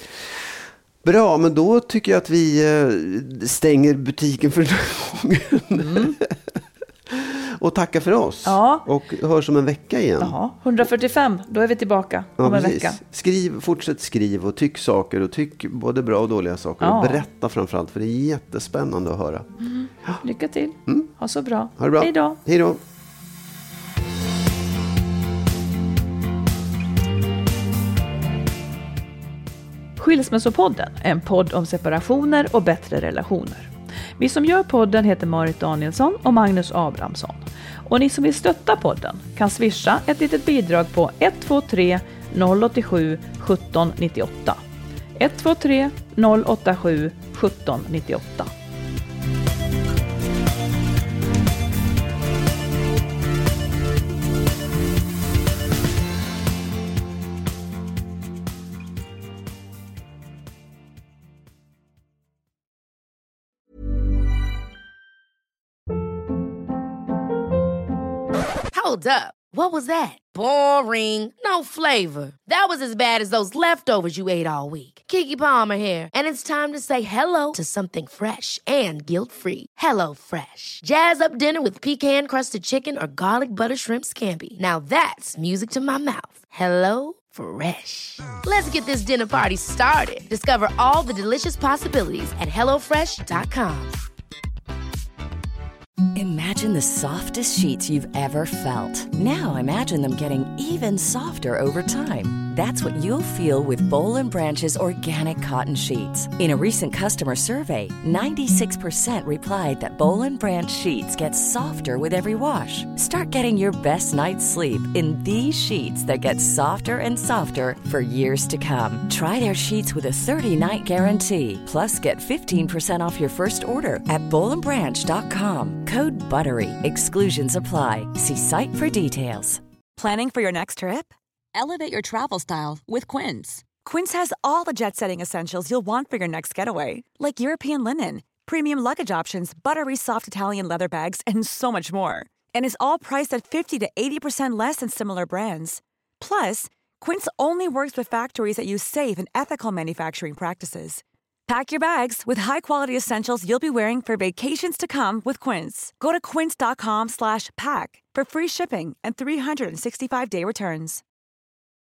Bra, men då tycker jag att vi stänger butiken för den här gången. Mm. Och tacka för oss. Ja. Och hörs om en vecka igen. Jaha, etthundrafyrtiofem, då är vi tillbaka ja, om en precis. vecka. Skriv, fortsätt skriv och tyck saker, och tyck både bra och dåliga saker. Ja. Och berätta framförallt, för det är jättespännande att höra. Mm. Lycka till. Mm. Ha så bra. Ha det bra. Hej då. Hej då. Skilsmässopodden är en podd om separationer och bättre relationer. Vi som gör podden heter Marit Danielsson och Magnus Abrahamsson. Och ni som vill stötta podden kan swisha ett litet bidrag på ett två tre noll åtta sju ett sju nio åtta. ett två tre noll åtta sju ett sju nio åtta. Hold up. What was that? Boring. No flavor. That was as bad as those leftovers you ate all week. Keke Palmer here, and it's time to say hello to something fresh and guilt-free. Hello Fresh. Jazz up dinner with pecan-crusted chicken or garlic butter shrimp scampi. Now that's music to my mouth. Hello Fresh. Let's get this dinner party started. Discover all the delicious possibilities at hello fresh dot com. Imagine the softest sheets you've ever felt. Now imagine them getting even softer over time. That's what you'll feel with Boll and Branch's organic cotton sheets. In a recent customer survey, ninety-six percent replied that Boll and Branch sheets get softer with every wash. Start getting your best night's sleep in these sheets that get softer and softer for years to come. Try their sheets with a thirty-night guarantee. Plus, get fifteen percent off your first order at boll and branch dot com. Code BUTTERY. Exclusions apply. See site for details. Planning for your next trip? Elevate your travel style with Quince. Quince has all the jet-setting essentials you'll want for your next getaway, like European linen, premium luggage options, buttery soft Italian leather bags, and so much more. And is all priced at fifty to eighty percent less than similar brands. Plus, Quince only works with factories that use safe and ethical manufacturing practices. Pack your bags with high-quality essentials you'll be wearing for vacations to come with Quince. Go to quince.com slash pack for free shipping and three sixty-five day returns.